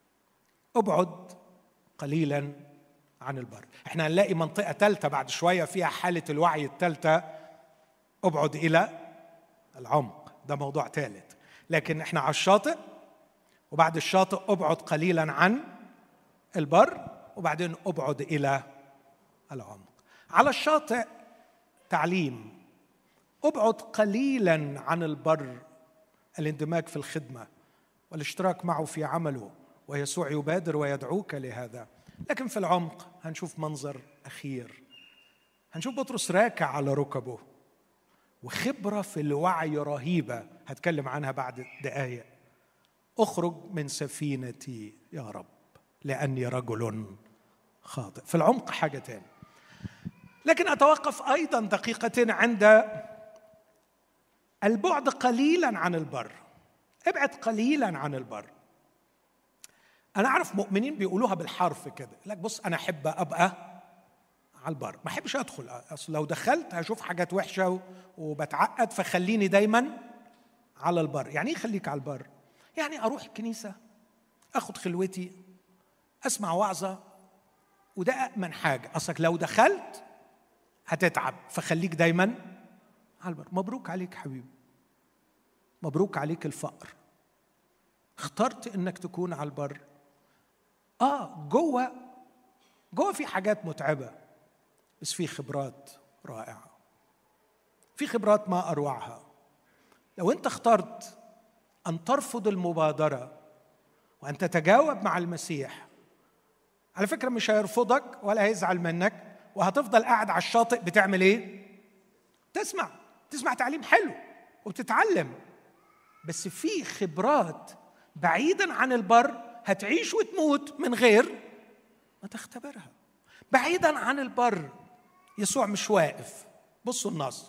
ابعد قليلا عن البر. احنا هنلاقي منطقة ثالثة بعد شوية فيها حالة الوعي الثالثة، ابعد إلى العمق، ده موضوع ثالث. لكن احنا على الشاطئ، وبعد الشاطئ ابعد قليلا عن البر، وبعدين ابعد إلى العمق. على الشاطئ تعليم، ابعد قليلا عن البر، الاندماج في الخدمة والاشتراك معه في عمله، ويسوع يبادر ويدعوك لهذا. لكن في العمق هنشوف منظر أخير، هنشوف بطرس راكع على ركبه وخبرة في الوعي رهيبة هتكلم عنها بعد دقايق. اخرج من سفينتي يا رب لأني رجل خاطئ. في العمق حاجة تاني. لكن أتوقف أيضا دقيقتين عند البعد قليلا عن البر. ابعد قليلا عن البر. أنا أعرف مؤمنين بيقولوها بالحرف كده، لك بص أنا أحب أبقى على البر، ما أحبش أدخل، أصل لو دخلت هشوف حاجات وحشة وبتعقد، فخليني دايما على البر. يعني إيه خليك على البر؟ يعني أروح الكنيسة، أخد خلوتي، أسمع وعظة، وده أأمن حاجة. أصلك لو دخلت هتتعب، فخليك دايما على البر. مبروك عليك حبيبي، مبروك عليك الفقر، اخترت إنك تكون على البر. آه جوه جوه في حاجات متعبة، بس في خبرات رائعة، في خبرات ما أروعها. لو أنت اخترت أن ترفض المبادرة وأن تتجاوب مع المسيح، على فكرة مش هيرفضك ولا هيزعل منك، وهتفضل قاعد على الشاطئ بتعمل إيه؟ تسمع تسمع تعليم حلو وتتعلم، بس في خبرات بعيدا عن البر هتعيش وتموت من غير ما تختبرها. بعيدا عن البر يسوع مش واقف. بصوا النص: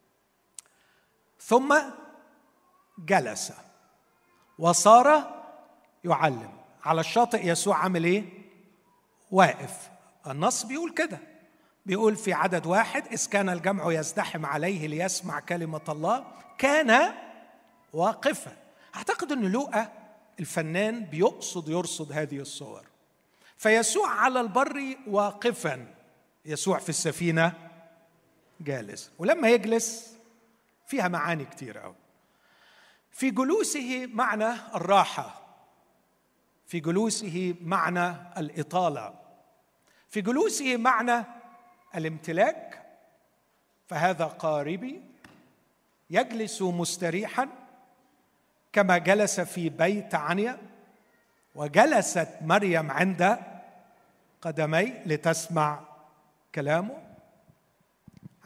ثم جلس وصار يعلم. على الشاطئ يسوع عمل ايه؟ واقف. النص بيقول كده، بيقول في عدد واحد: إذ كان الجمع يزدحم عليه ليسمع كلمة الله كان واقفا. أعتقد أن لوقا الفنان بيقصد يرصد هذه الصور. فيسوع على البر واقفا، يسوع في السفينة جالس. ولما يجلس فيها معاني كتير قوي. في جلوسه معنى الراحة، في جلوسه معنى الإطالة، في جلوسه معنى الامتلاك. فهذا قاربي يجلس مستريحا كما جلس في بيت عنيا، وجلست مريم عند قدمي لتسمع كلامه.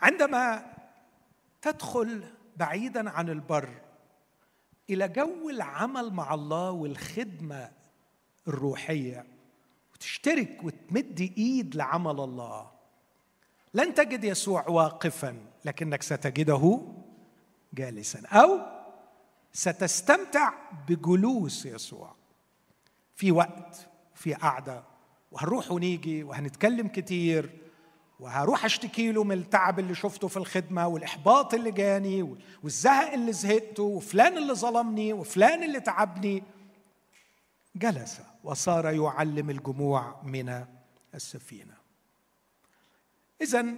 عندما تدخل بعيدا عن البر إلى جو العمل مع الله والخدمة الروحية وتشترك وتمد إيد لعمل الله، لن تجد يسوع واقفا، لكنك ستجده جالسا، أو ستستمتع بجلوس يسوع في وقت في قعدة، وهنروح ونيجي وهنتكلم كتير، وهروح اشتكي له من التعب اللي شفته في الخدمة والإحباط اللي جاني والزهق اللي زهقته وفلان اللي ظلمني وفلان اللي تعبني. جلس وصار يعلم الجموع من السفينة. إذن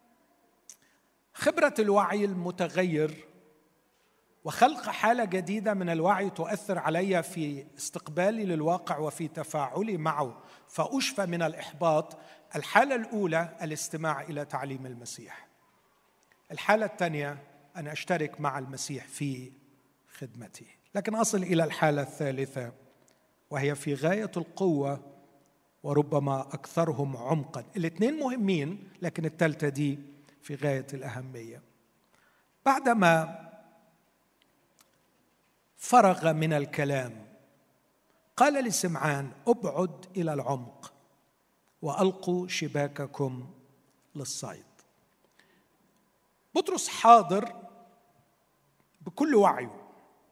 خبرة الوعي المتغير وخلق حالة جديدة من الوعي تؤثر علي في استقبالي للواقع وفي تفاعلي معه فأشفى من الإحباط. الحالة الأولى الاستماع إلى تعليم المسيح. الحالة الثانية أن أشترك مع المسيح في خدمته. لكن أصل إلى الحالة الثالثة وهي في غاية القوة وربما أكثرهم عمقا. الاثنين مهمين، لكن الثالثة دي في غاية الأهمية. بعدما فرغ من الكلام قال لسمعان: ابعد إلى العمق وألقوا شباككم للصيد. بطرس حاضر بكل وعيه،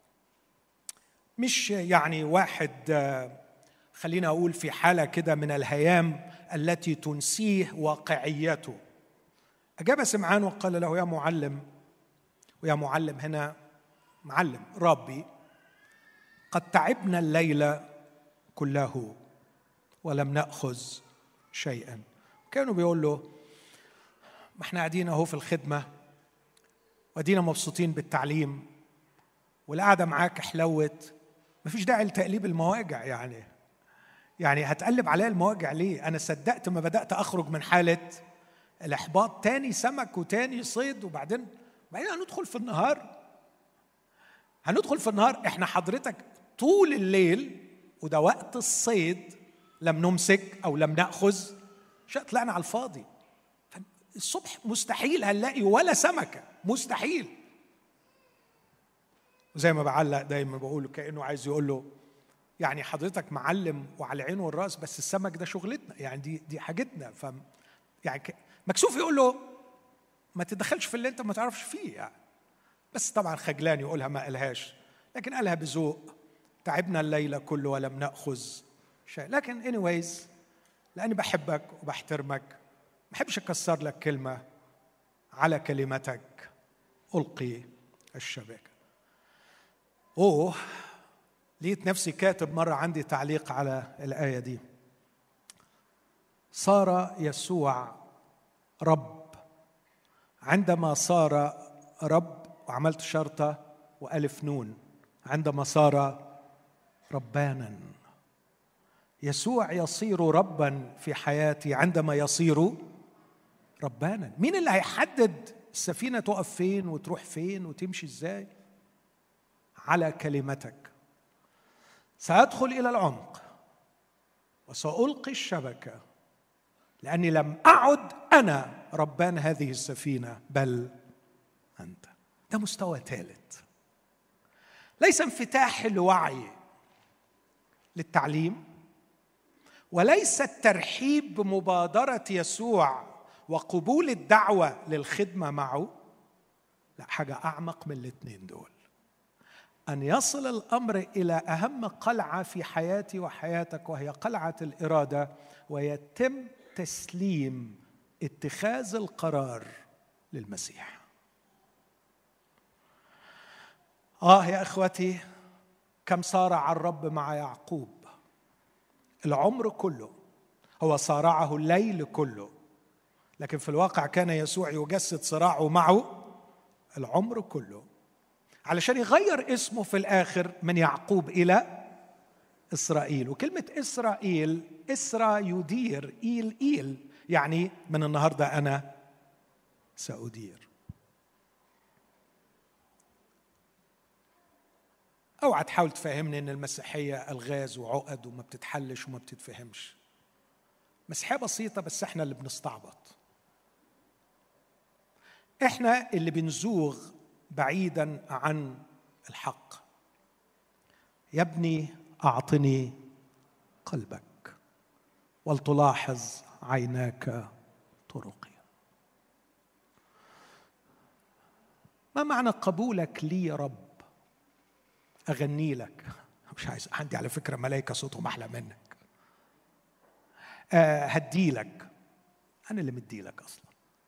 مش يعني واحد خلينا أقول في حالة كده من الهيام التي تنسيه واقعيته. أجاب سمعان وقال له: يا معلم، ويا معلم هنا معلم ربي، قد تعبنا الليلة كله ولم نأخذ شيئا. كانوا بيقول له: ما احنا قاعدين اهو في الخدمة وادينا مبسوطين بالتعليم والقعدة معاك حلوت، ما فيش داعي لتقليب المواجع. يعني يعني هتقلب عليا المواجع ليه؟ أنا صدقت ما بدأت أخرج من حالة الإحباط، تاني سمك وتاني صيد، وبعدين بعدين هندخل في النهار هندخل في النهار احنا حضرتك طول الليل وده وقت الصيد لم نمسك أو لم نأخذ شيء، طلعنا على الفاضي. الصبح مستحيل هنلاقي ولا سمكة، مستحيل. وزي ما بعلق دايما بقوله كأنه عايز يقول له يعني حضرتك معلم وعلى العين والراس، بس السمك ده شغلتنا، يعني دي دي حاجتنا. ف يعني مكسوف يقول له ما تدخلش في اللي انت ما تعرفش فيه يعني. بس طبعا خجلان يقولها، ما قالهاش، لكن قالها بذوق: تعبنا الليلة كله ولم نأخذ شيء. لكن anyways لأني بحبك وبحترمك ما بحبش أكسر لك كلمة، على كلمتك ألقي الشبكة. أوه، لقيت نفسي كاتب مرة عندي تعليق على الآية دي: صار يسوع رب. عندما صار رب، وعملت شرطة وألف نون، عندما صار ربانا. يسوع يصير ربا في حياتي عندما يصير ربانا. مين اللي هيحدد السفينة تقف فين وتروح فين وتمشي ازاي؟ على كلمتك سأدخل إلى العمق وسألقي الشبكة، لأني لم أعد أنا ربان هذه السفينة بل أنت. ده مستوى ثالث، ليس انفتاح الوعي للتعليم، وليس الترحيب بمبادرة يسوع وقبول الدعوة للخدمة معه، لا، حاجة أعمق من الاثنين دول. أن يصل الأمر إلى أهم قلعة في حياتي وحياتك، وهي قلعة الإرادة، ويتم تسليم اتخاذ القرار للمسيح. آه يا أخوتي، كم صارع الرب مع يعقوب العمر كله، هو صارعه الليل كله، لكن في الواقع كان يسوع يجسد صراعه معه العمر كله علشان يغير اسمه في الآخر من يعقوب إلى إسرائيل. وكلمة إسرائيل، إسرا يدير، إيل إيل، يعني من النهاردة أنا سأدير. اوعى تحاول تفهمني ان المسيحيه الغاز وعقد وما بتتحلش وما بتتفهمش. مسيحيه بسيطه، بس احنا اللي بنستعبط. احنا اللي بنزوغ بعيدا عن الحق. يا ابني أعطني قلبك ولتلاحظ عيناك طرقي. ما معنى قبولك لي يا رب؟ أغني لك، مش عايز، عندي على فكرة ملائكة صوتهم أحلى منك. أه هدي لك، أنا اللي مدي لك أصلا.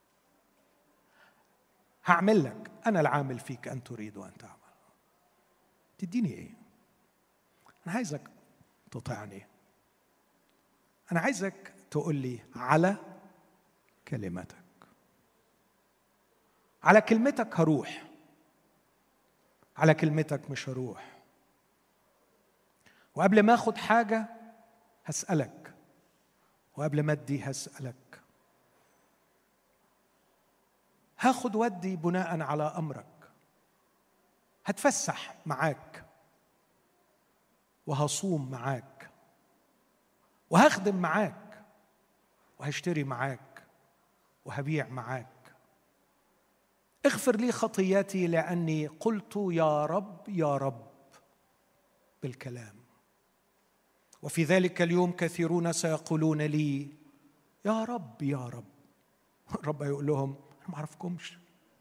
هعمل لك، أنا العامل فيك أن تريد وأن تعمل. تديني إيه؟ أنا عايزك تطيعني، أنا عايزك تقول لي على كلمتك. على كلمتك هروح، على كلمتك مش هروح. وقبل ما أخد حاجة هسألك، وقبل ما أدي هسألك. هاخد ودي بناء على أمرك. هتفسح معاك، وهصوم معاك، وهخدم معاك، وهشتري معاك، وهبيع معاك. اغفر لي خطياتي لأني قلت يا رب يا رب بالكلام. وفي ذلك اليوم كثيرون سيقولون لي يا رب يا رب. الرب يقول لهم أنا ما أعرفكمش،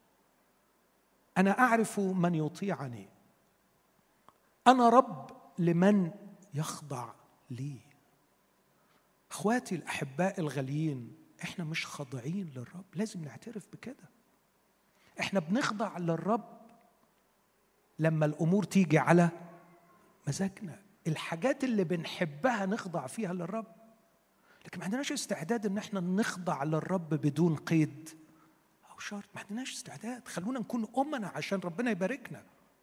أنا أعرف من يطيعني، أنا رب لمن يخضع لي. أخواتي الأحباء الغاليين، إحنا مش خاضعين للرب، لازم نعترف بكده. إحنا بنخضع للرب لما الأمور تيجي على مزاجنا، الحاجات اللي بنحبها نخضع فيها للرب. لكن ما عندناش استعداد إن إحنا نخضع للرب بدون قيد أو شرط، ما عندناش استعداد. خلونا نكون أمنا عشان ربنا يباركنا.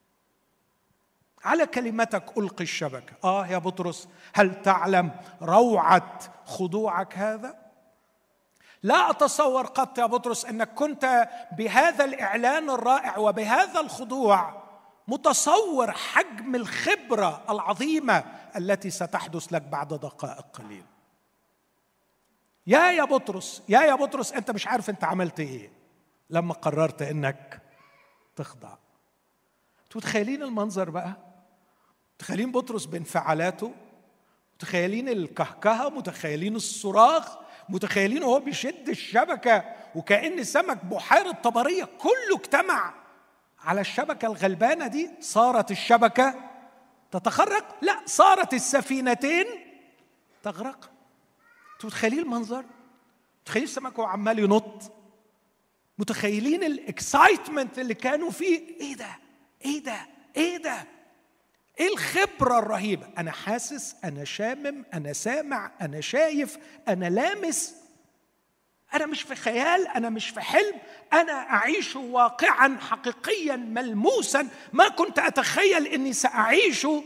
على كلمتك ألقي الشبكة. آه يا بطرس، هل تعلم روعة خضوعك هذا؟ لا أتصور قط يا بطرس أنك كنت بهذا الإعلان الرائع وبهذا الخضوع متصور حجم الخبرة العظيمة التي ستحدث لك بعد دقائق قليل. يا يا بطرس، يا يا بطرس، أنت مش عارف أنت عملت إيه لما قررت أنك تخضع. تتخيلين المنظر بقى؟ متخيلين بطرس بانفعالاته، متخيلين الكهكهة، متخيلين الصراخ، متخيلين وهو بيشد الشبكة وكأن سمك بحيرة طبرية كله اجتمع على الشبكة الغلبانة دي. صارت الشبكة تتخرق؟ لا، صارت السفينتين تغرق. متخيلين المنظر؟ متخيلين السمك وهو عمال ينط؟ متخيلين الاكسايتمنت اللي كانوا فيه؟ ايه ده ايه ده ايه ده ايه الخبرة الرهيبة. انا حاسس، انا شامم، انا سامع، انا شايف، انا لامس. انا مش في خيال، انا مش في حلم، انا اعيش واقعا حقيقيا ملموسا ما كنت اتخيل اني ساعيشه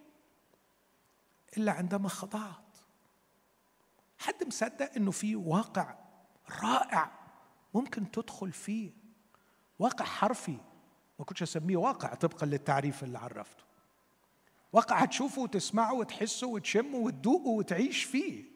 الا عندما خضعت. حد مصدق انه في واقع رائع ممكن تدخل فيه؟ واقع حرفي، ما كنتش اسميه واقع طبقا للتعريف اللي عرفته. واقع هتشوفه وتسمعه وتحسه وتشمه وتدوقه وتعيش فيه.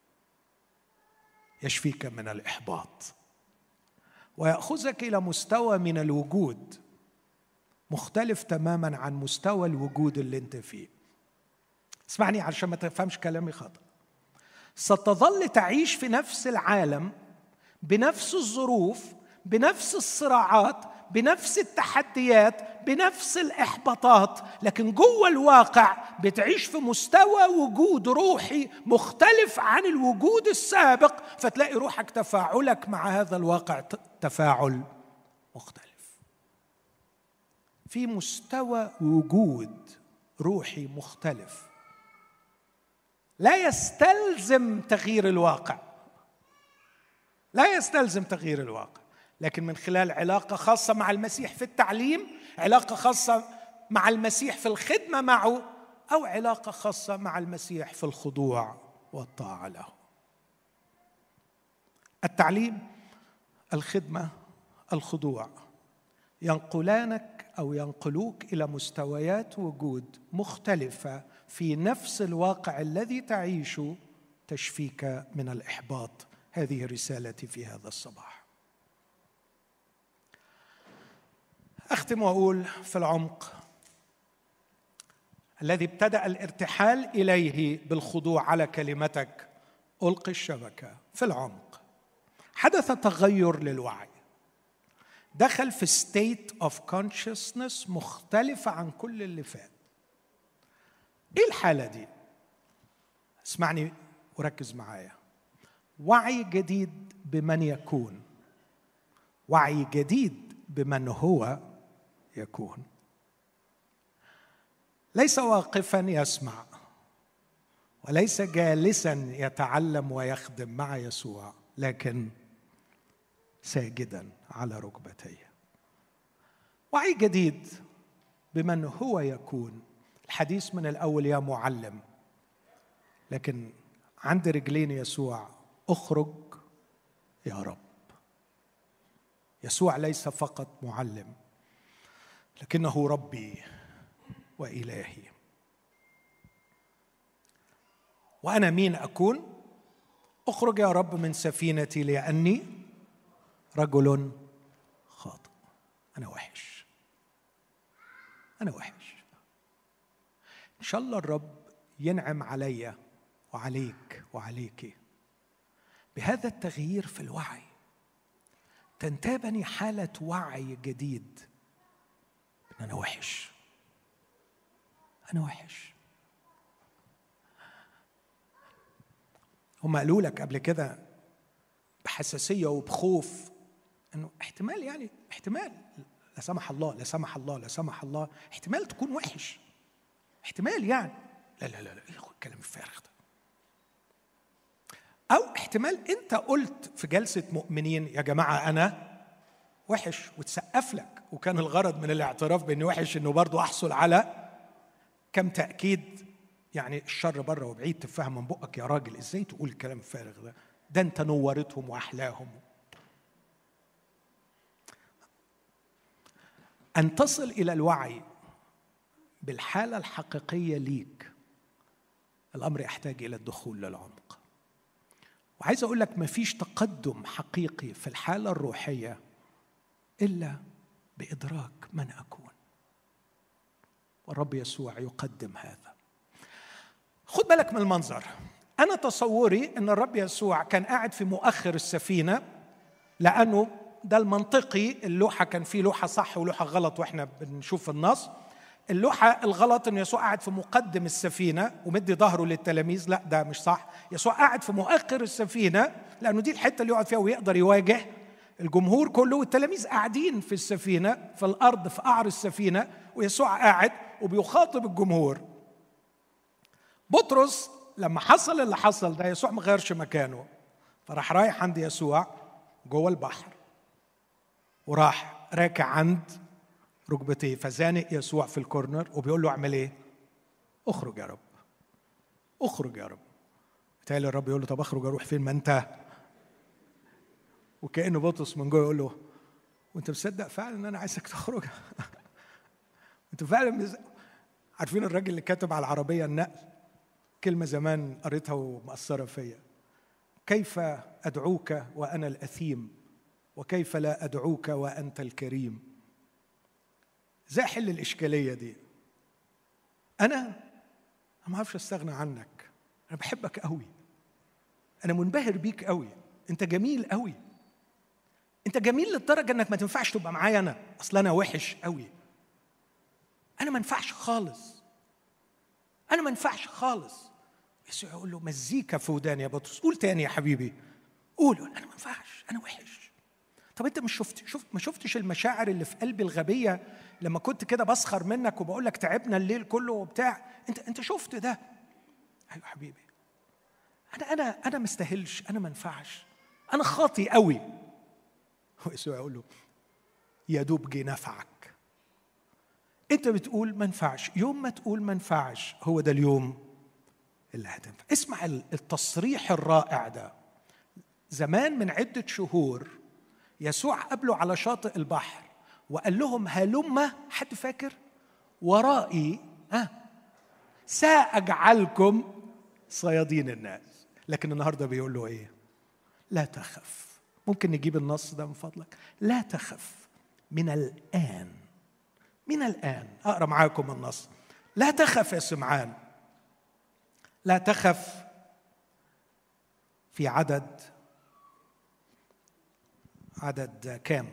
يشفيك من الإحباط ويأخذك إلى مستوى من الوجود مختلف تماما عن مستوى الوجود اللي انت فيه. اسمعني عشان ما تفهمش كلامي خطأ. ستظل تعيش في نفس العالم، بنفس الظروف، بنفس الصراعات، بنفس التحديات، بنفس الإحباطات، لكن جوه الواقع بتعيش في مستوى وجود روحي مختلف عن الوجود السابق، فتلاقي روحك تفاعلك مع هذا الواقع تفاعل مختلف. في مستوى وجود روحي مختلف لا يستلزم تغيير الواقع، لا يستلزم تغيير الواقع، لكن من خلال علاقة خاصة مع المسيح في التعليم، علاقة خاصة مع المسيح في الخدمة معه، أو علاقة خاصة مع المسيح في الخضوع والطاعة له. التعليم، الخدمة، الخضوع ينقلانك أو ينقلوك إلى مستويات وجود مختلفة في نفس الواقع الذي تعيشه، تشفيك من الإحباط. هذه رسالتي في هذا الصباح. أختم وأقول في العمق الذي ابتدأ الارتحال إليه بالخضوع على كلمتك ألقي الشبكة. في العمق حدث تغير للوعي، دخل في state of consciousness مختلفة عن كل اللي فات. إيه الحالة دي؟ اسمعني وركز معايا. وعي جديد بمن يكون، وعي جديد بمن هو يكون. ليس واقفا يسمع، وليس جالسا يتعلم ويخدم مع يسوع، لكن ساجدا على ركبتيه. وعي جديد بمن هو يكون. الحديث من الأول يا معلم، لكن عند رجلين يسوع اخرج يا رب. يسوع ليس فقط معلم، لكنه ربي وإلهي. وأنا مين أكون؟ اخرج يا رب من سفينتي لأني رجل خاطئ. أنا وحش، أنا وحش. إن شاء الله الرب ينعم علي وعليك وعليك بهذا التغيير في الوعي، تنتابني حالة وعي جديد إن أنا وحش، أنا وحش. هم قالوا لك قبل كده بحساسية وبخوف إنه احتمال، يعني احتمال لا سمح الله لا سمح الله لا سمح الله احتمال تكون وحش، احتمال يعني لا لا لا لا ايه الكلام الفارغ ده. أو احتمال أنت قلت في جلسة مؤمنين يا جماعة أنا وحش وتسقف لك، وكان الغرض من الاعتراف بأني وحش إنه برضو أحصل على كم تأكيد، يعني الشر بره وبعيد تفهم من بقك يا راجل، إزاي تقول الكلام الفارغ ده؟ ده أنت نورتهم وأحلاهم. أن تصل إلى الوعي بالحالة الحقيقية ليك، الأمر يحتاج إلى الدخول للعمق. وعايز أقول لك مفيش تقدم حقيقي في الحالة الروحية إلا بإدراك من أكون، والرب يسوع يقدم هذا. خد بالك من المنظر. أنا تصوري أن الرب يسوع كان قاعد في مؤخر السفينة، لأنه ده المنطقي. اللوحة كان فيه لوحة صح ولوحة غلط وإحنا بنشوف النص. اللوحة الغلط أن يسوع قاعد في مقدم السفينة ومدي ظهره للتلاميذ، لا ده مش صح. يسوع قاعد في مؤخر السفينة لأنه دي الحتة اللي يقعد فيها ويقدر يواجه الجمهور كله، والتلاميذ قاعدين في السفينة في الأرض في قعر السفينة، ويسوع قاعد وبيخاطب الجمهور. بطرس لما حصل اللي حصل ده يسوع ما غيرش مكانه، فراح رايح عند يسوع جوه البحر وراح راكع عند ركبتيه، فزانق يسوع في الكورنر وبيقول له اعمل ايه؟ اخرج يا رب، اخرج يا رب. بالتالي الرب يقول له طب اخرج اروح فين ما انت؟ وكأنه بطرس من جوه يقول له وانت مصدق فعلا ان انا عايزك تخرج؟ انت فعلا مز... عارفين الراجل اللي كاتب على العربيه النقل كلمه زمان قريتها ومأثره فيا: كيف ادعوك وانا الاثيم وكيف لا ادعوك وانت الكريم. ازاي احل الاشكاليه دي؟ انا ما اعرفش استغنى عنك، انا بحبك قوي، انا منبهر بيك قوي، انت جميل قوي، انت جميل للدرجه انك ما تنفعش تبقى معايا انا، اصل انا وحش قوي، انا ما ينفعش خالص، انا ما ينفعش خالص. يسوع يقول له مزيكا في وداني يا بطرس، قول تاني يا حبيبي، قول انا ما ينفعش، انا وحش. طب انت مش شفت شفت ما شفتش المشاعر اللي في قلبي الغبيه لما كنت كده بسخر منك وبقول لك تعبنا الليل كله وبتاع؟ انت انت شفت ده؟ ايوه حبيبي، انا انا انا ما استاهلش، انا ما ينفعش، انا خاطي قوي. ويسوع يقول له يا دوب جه نفعك. انت بتقول ما ينفعش، يوم ما تقول ما ينفعش هو ده اليوم اللي هتنفع. اسمع التصريح الرائع ده. زمان من عدة شهور يسوع قابله على شاطئ البحر وقال لهم هلم، حد فاكر؟ ورائي ها سأجعلكم صيادين الناس. لكن النهارده بيقول له ايه؟ لا تخف. ممكن نجيب النص ده من فضلك؟ لا تخف، من الآن من الآن. أقرأ معاكم النص. لا تخف يا سمعان، لا تخف. في عدد عدد كام؟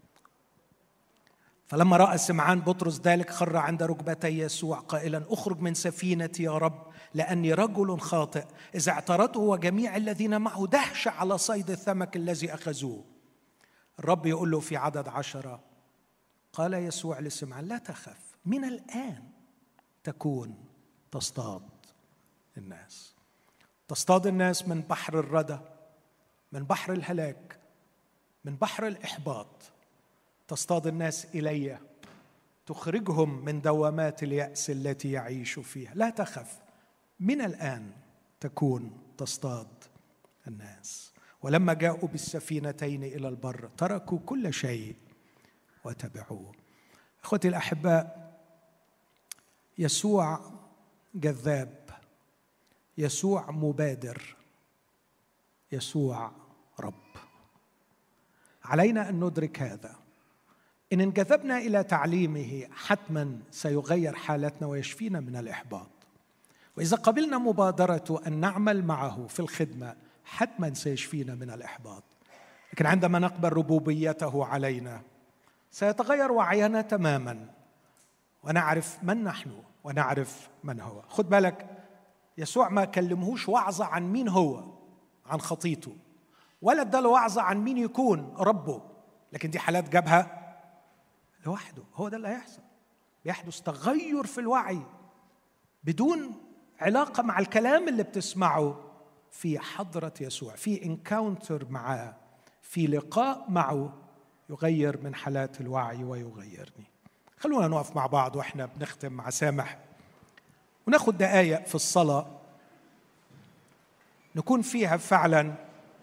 فلما رأى سمعان بطرس ذلك خر عند ركبتي يسوع قائلا اخرج من سفينتي يا رب لأني رجل خاطئ. إذا اعترضه وجميع الذين معه دهشة على صيد السمك الذي أخذوه. الرب يقول له في عدد عشرة قال يسوع لسمعان لا تخف، من الآن تكون تصطاد الناس. تصطاد الناس من بحر الردى، من بحر الهلاك، من بحر الإحباط. تصطاد الناس إلي، تخرجهم من دوامات اليأس التي يعيش فيها. لا تخف، من الآن تكون تصطاد الناس. ولما جاءوا بالسفينتين إلى البر تركوا كل شيء وتبعوه. أخوتي الأحباء، يسوع جذاب، يسوع مبادر، يسوع رب. علينا أن ندرك هذا. إن انجذبنا إلى تعليمه حتما سيغير حالتنا ويشفينا من الإحباط. وإذا قبلنا مبادرته أن نعمل معه في الخدمة حتما سيشفينا من الإحباط. لكن عندما نقبل ربوبيته علينا سيتغير وعينا تماما، ونعرف من نحن ونعرف من هو. خد بالك، يسوع ما كلمهوش وعظة عن مين هو، عن خطيته، ولا اداله وعظة عن مين يكون ربه. لكن دي حالات جابها لوحده. هو ده اللي هيحصل. بيحدث تغير في الوعي بدون علاقة مع الكلام اللي بتسمعه في حضرة يسوع، في انكاونتر معاه، في لقاء معه يغير من حالات الوعي ويغيرني. خلونا نقف مع بعض واحنا بنختم مع سامح، وناخد دقايق في الصلاة نكون فيها فعلا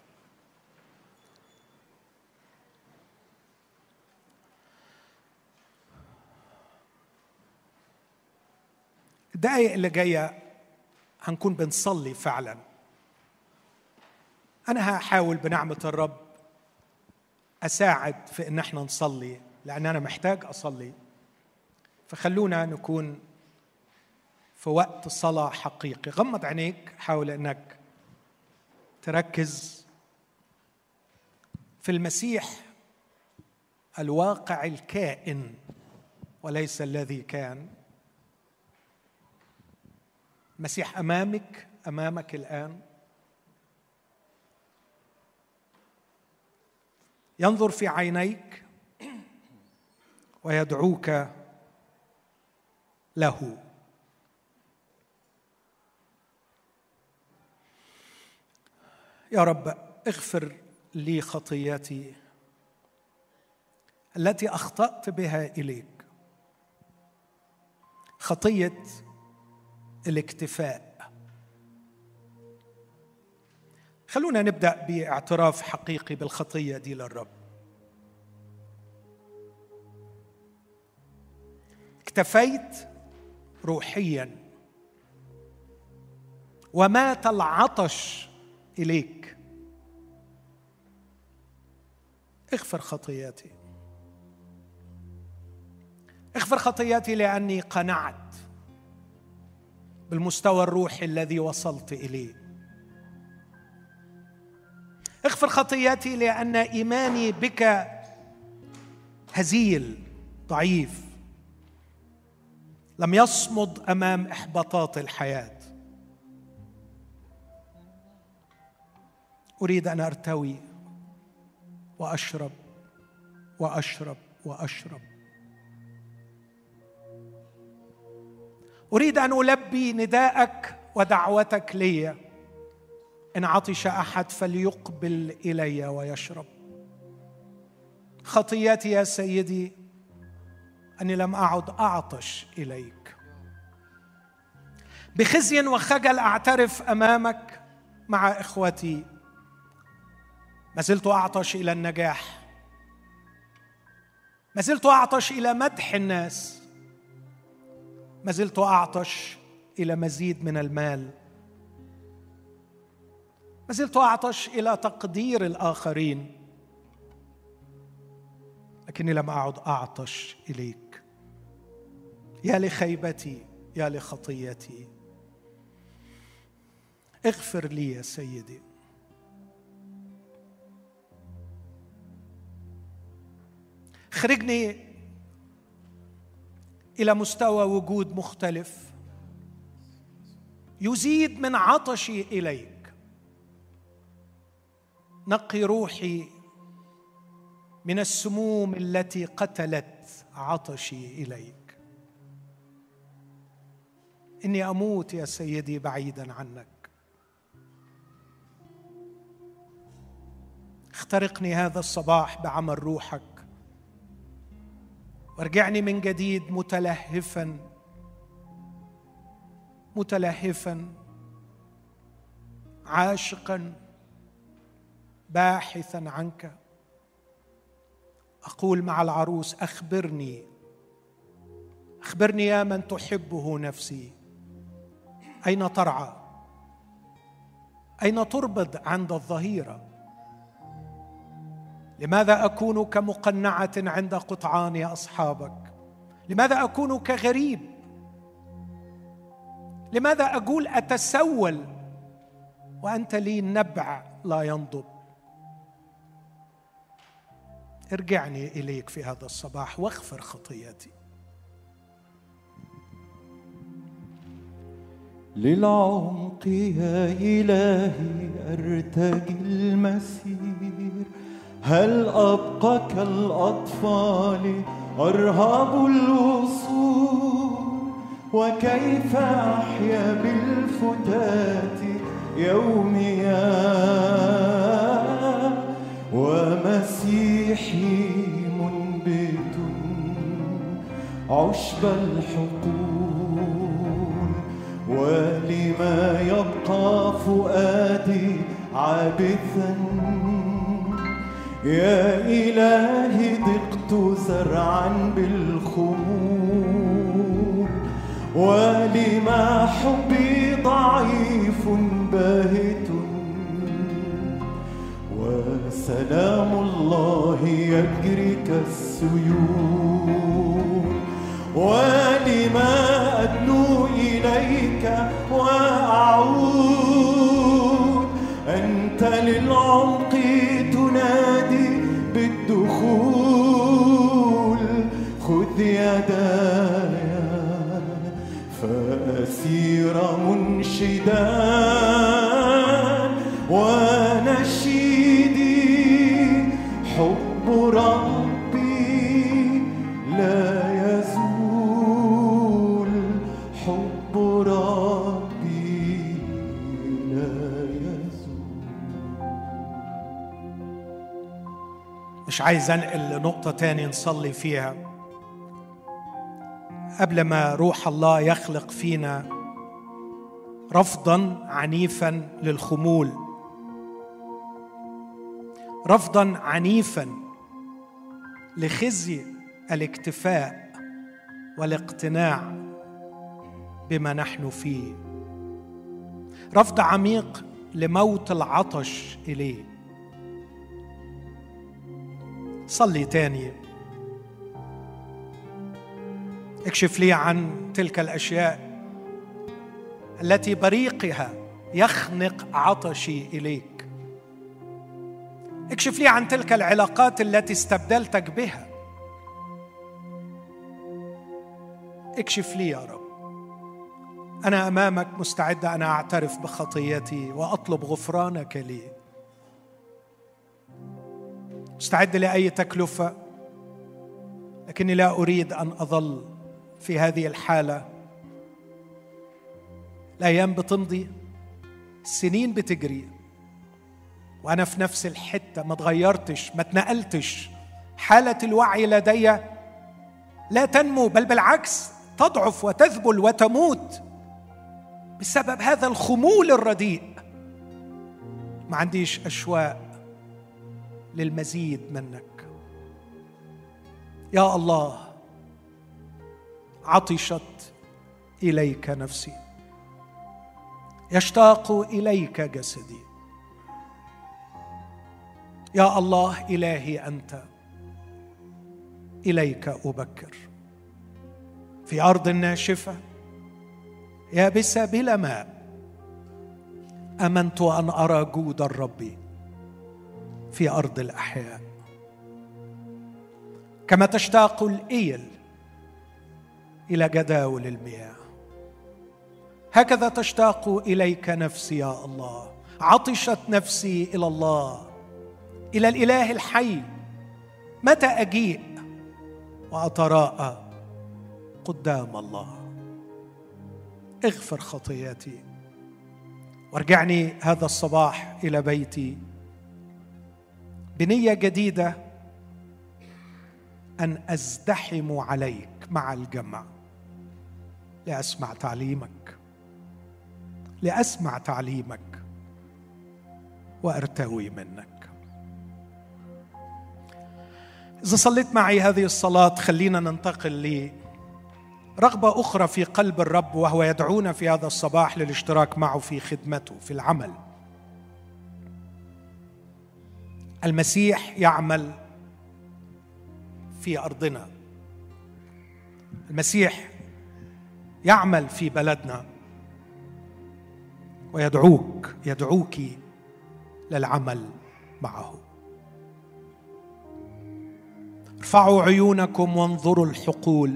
الدقايق اللي جاية هنكون بنصلي فعلا. أنا هحاول بنعمة الرب أساعد في إن احنا نصلي، لأن أنا محتاج أصلي. فخلونا نكون في وقت صلاة حقيقي. غمض عينيك، حاول إنك تركز في المسيح الواقع الكائن وليس الذي كان. المسيح أمامك، أمامك الآن، ينظر في عينيك ويدعوك له. يا رب اغفر لي خطيتي التي أخطأت بها إليك، خطية الاكتفاء. خلونا نبدأ باعتراف حقيقي بالخطية دي للرب. اكتفيت روحيا ومات العطش إليك. اغفر خطياتي، اغفر خطياتي لأني قنعت بالمستوى الروحي الذي وصلت إليه. اغفر خطياتي لأن إيماني بك هزيل ضعيف، لم يصمد أمام إحباطات الحياة. أريد أن أرتوي وأشرب وأشرب وأشرب. أريد أن ألبي نداءك ودعوتك لي. إن عطش أحد فليقبل إلي ويشرب. خطيتي يا سيدي أني لم أعد أعطش إليك. بخزي وخجل أعترف أمامك مع إخوتي، ما زلت أعطش إلى النجاح، ما زلت أعطش إلى مدح الناس، ما زلت أعطش إلى مزيد من المال، ما زلت أعطش إلى تقدير الآخرين، لكني لم أعد أعطش إليك. يا لخيبتي، يا لخطيتي، اغفر لي يا سيدي. اخرجني إلى مستوى وجود مختلف يزيد من عطشي إليك. نقي روحي من السموم التي قتلت عطشي إليك. إني أموت يا سيدي بعيدا عنك. اخترقني هذا الصباح بعمل روحك، وارجعني من جديد متلهفا متلهفا عاشقا باحثا عنك. أقول مع العروس: أخبرني أخبرني يا من تحبه نفسي، أين ترعى؟ أين تربض عند الظهيرة؟ لماذا أكون كمقنعة عند قطعان أصحابك؟ لماذا أكون كغريب؟ لماذا أقول أتسول وأنت لي نبع لا ينضب؟ ارجعني إليك في هذا الصباح واغفر خطيئتي. للعمق يا إلهي أرتجي المسير، هل أبقى كالأطفال أرهب الوصول؟ وكيف أحيا بالفتات يوميا، ومسيحي منبت عشب الحقول، ولما يبقى فؤادي عابثا يا إلهي ضقت زرعا بالخمول، ولما حبي ضعيف باهت وسلام الله يجري كالسيول، ولما أدنو إليك وأعود أنت للعمق تنادي بالدخول. خذ يداي فأسير منشدا ونشيدي حب ربي لا يزول، حب ربي لا يزول. مش عايز أنقل لنقطة تاني نصلي فيها قبل ما روح الله يخلق فينا رفضاً عنيفاً للخمول، رفضاً عنيفاً لخزي الاكتفاء والاقتناع بما نحن فيه، رفض عميق لموت العطش إليه. صلي تاني، اكشف لي عن تلك الأشياء التي بريقها يخنق عطشي إليك. اكشف لي عن تلك العلاقات التي استبدلتك بها. اكشف لي يا رب. أنا أمامك مستعد أنا أعترف بخطيتي وأطلب غفرانك لي، مستعد لأي تكلفة، لكني لا أريد أن أظل في هذه الحالة. الأيام بتمضي، السنين بتجري، وأنا في نفس الحتة، ما تغيرتش، ما تنقلتش. حالة الوعي لدي لا تنمو، بل بالعكس تضعف وتذبل وتموت بسبب هذا الخمول الرديء. ما عنديش أشواق للمزيد منك يا الله. عطشت إليك نفسي، يشتاق إليك جسدي. يا الله إلهي أنت، إليك أبكر. في أرض ناشفة يابسة بلا ماء آمنت أن أرى جود الرب في أرض الأحياء. كما تشتاق الإيل إلى جداول المياه هكذا تشتاق إليك نفسي يا الله. عطشت نفسي إلى الله، إلى الإله الحي. متى أجيء وأتراءى قدام الله؟ اغفر خطياتي وارجعني هذا الصباح إلى بيتي بنية جديدة أن أزدحم عليك مع الجمع لأسمع تعليمك، لأسمع تعليمك وأرتوي منك. إذا صليت معي هذه الصلاة خلينا ننتقل لرغبة أخرى في قلب الرب، وهو يدعونا في هذا الصباح للاشتراك معه في خدمته في العمل. المسيح يعمل في أرضنا، المسيح يعمل في بلدنا، ويدعوك يدعوك للعمل معه. ارفعوا عيونكم وانظروا الحقول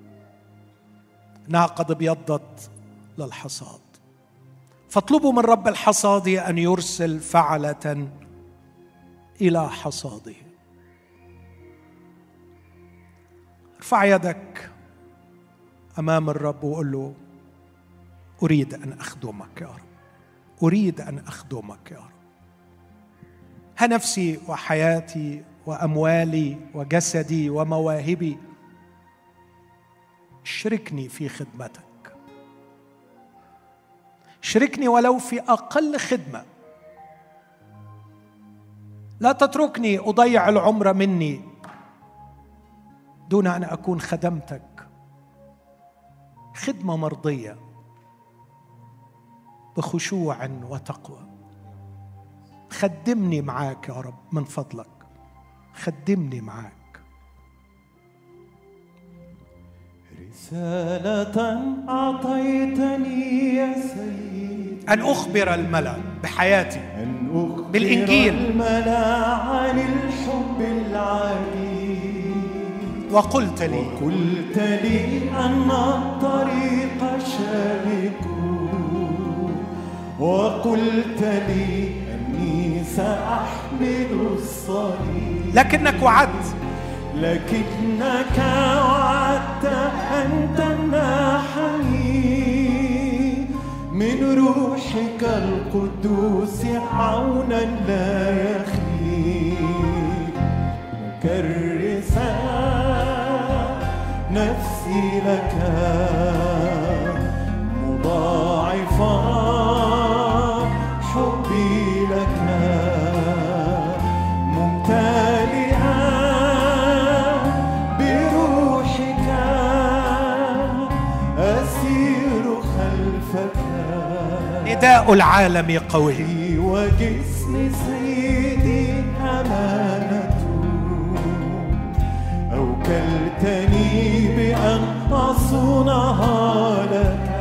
انها قد ابيضت للحصاد، فاطلبوا من رب الحصاد ان يرسل فعلة الى حصاده. ارفع يدك امام الرب وقل له اريد ان اخدمك يا رب، اريد ان اخدمك يا رب. ها نفسي وحياتي واموالي وجسدي ومواهبي، شاركني في خدمتك، شاركني ولو في اقل خدمه. لا تتركني اضيع العمر مني دون ان اكون خدمتك خدمه مرضيه بخشوع وتقوى. خدمني معاك يا رب من فضلك، خدمني معاك. رسالة أعطيتني يا سيدي أن أخبر الملأ بحياتي، أن أخبر بالإنجيل الملأ عن الحب العجيب. وقلت لي وقلت لي أن الطريق شامك، وقلت لي أني سأحمل الصليب. لكنك وعدت لكنك وعدت أن تمنحني من روحك القدوس عونا لا يخيب، مكرسا نفسي لك مضاعفا حبي لك ممتلئا بروحك أسير خلفك. نداء العالم قوي وجسم سيدي أمانة، أوكلتني بأن أصونها لك،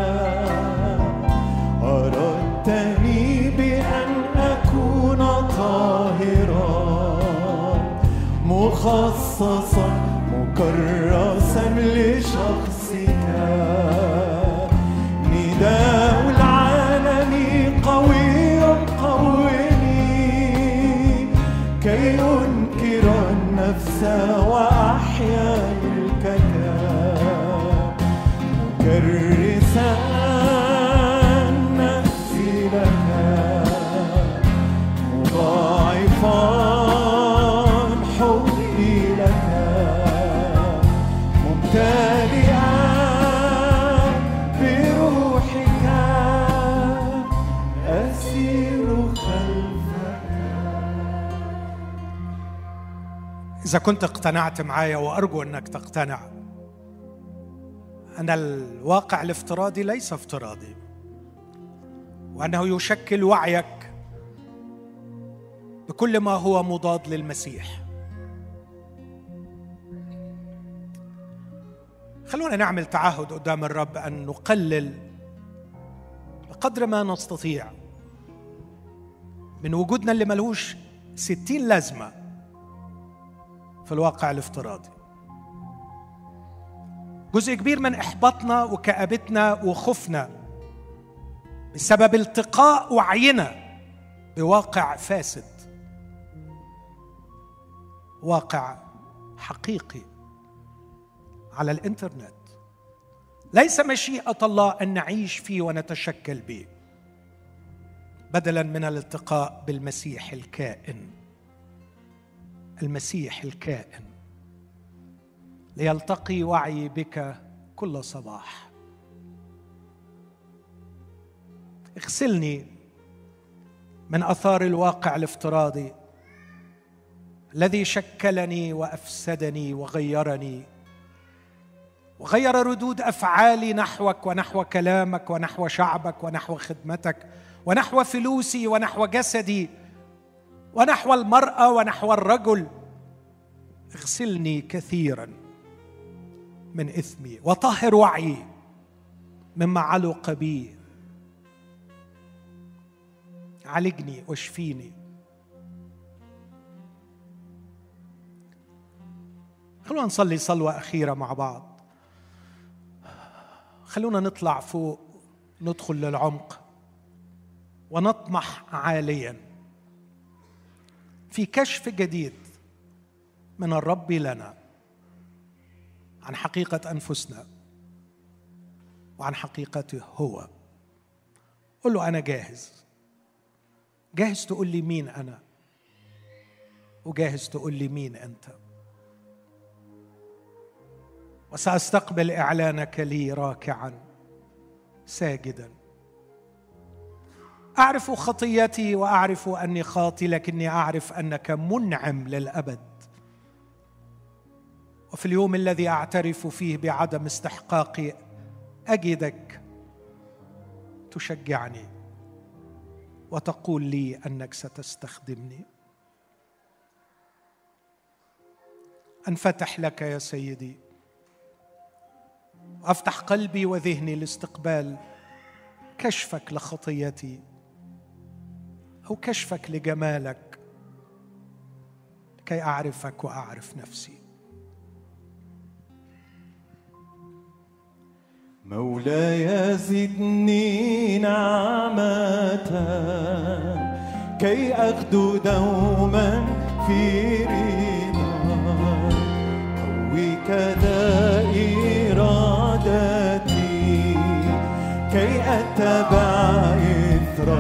أردتني بأن أكون طاهرا مخصصا مكرسا لشخصك. نداء العالم قوي قوّني كي أنكر النفس وأحيا ملكك، مكرسا نفسي لك مضاعفا حبي لك ممتلئا بروحك أسير خلفك. إذا كنت اقتنعت معايا، وأرجو أنك تقتنع، أن الواقع الافتراضي ليس افتراضي، وأنه يشكل وعيك بكل ما هو مضاد للمسيح. خلونا نعمل تعهد قدام الرب أن نقلل بقدر ما نستطيع من وجودنا اللي ملهوش ستين لازمة في الواقع الافتراضي. جزء كبير من إحباطنا وكآبتنا وخوفنا بسبب التقاء وعينا بواقع فاسد، واقع حقيقي على الإنترنت ليس مشيئة الله أن نعيش فيه ونتشكل به، بدلاً من الالتقاء بالمسيح الكائن. المسيح الكائن ليلتقي وعي بك كل صباح. اغسلني من آثار الواقع الافتراضي الذي شكلني وأفسدني وغيرني وغير ردود أفعالي نحوك ونحو كلامك ونحو شعبك ونحو خدمتك ونحو فلوسي ونحو جسدي ونحو المرأة ونحو الرجل. اغسلني كثيرا من إثمي وطهر وعي مما علق بي. عالجني واشفيني. خلونا نصلي صلوة أخيرة مع بعض. خلونا نطلع فوق، ندخل للعمق ونطمح عاليا في كشف جديد من الرب لنا عن حقيقة أنفسنا وعن حقيقته هو. قل له أنا جاهز، جاهز تقول لي مين أنا، وجاهز تقول لي مين أنت، وسأستقبل إعلانك لي راكعا ساجدا. أعرف خطيتي وأعرف أني خاطئ، لكني أعرف أنك منعم للأبد. وفي اليوم الذي أعترف فيه بعدم استحقاقي أجدك تشجعني وتقول لي أنك ستستخدمني. أنفتح لك يا سيدي، وأفتح قلبي وذهني لاستقبال كشفك لخطيتي أو كشفك لجمالك لكي أعرفك وأعرف نفسي. مولاي زدني نعمة كي أغدو دوما في رضاك، قوي كذا إرادتي كي أتبع إثر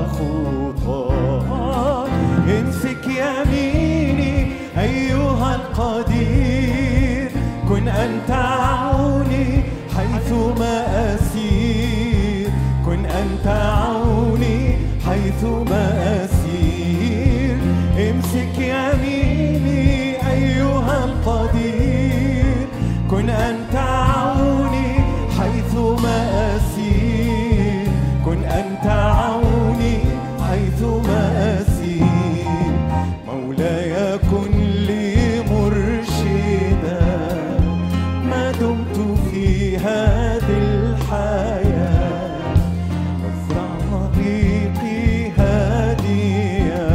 خطاك. امسك يميني أيها القدير، كن أنت عوني حيثما أسير، كن أنت عوني حيثما أسير. امسك يميني أيها القدير، كن أنت عوني حيثما أسير، كن أنت عوني حيثما أسير. مولاي كن لي مرشدا ما دمت في هذه الحياة، أزرع طريقي هاديا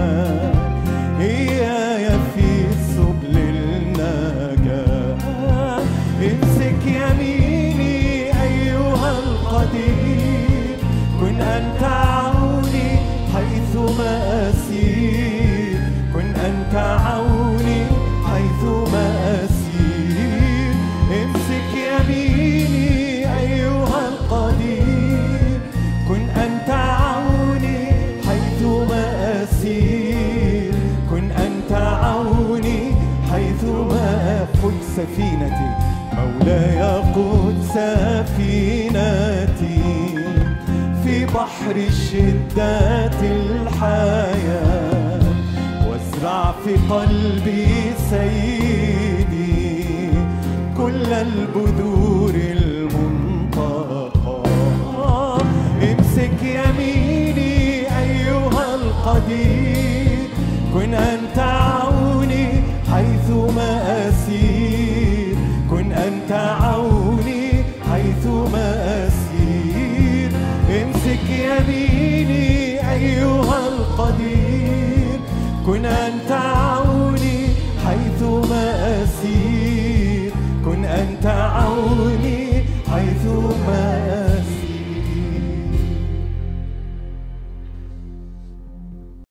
إياي في سبل النجاة. امسك يميني أيها القدير، كن أنت عوني حيثما أسير، كن أنت عوني حيثما أسير. امسك يميني أيها القدير، كن أنت عوني حيثما أسير، كن أنت عوني حيثما. قد سفينتي مولاي، قد سفينتي في بحر الشدة الحياة، وازرع في قلبي سيدي كل البذور المنطقة. امسك يميني أيها القدير، كن أنت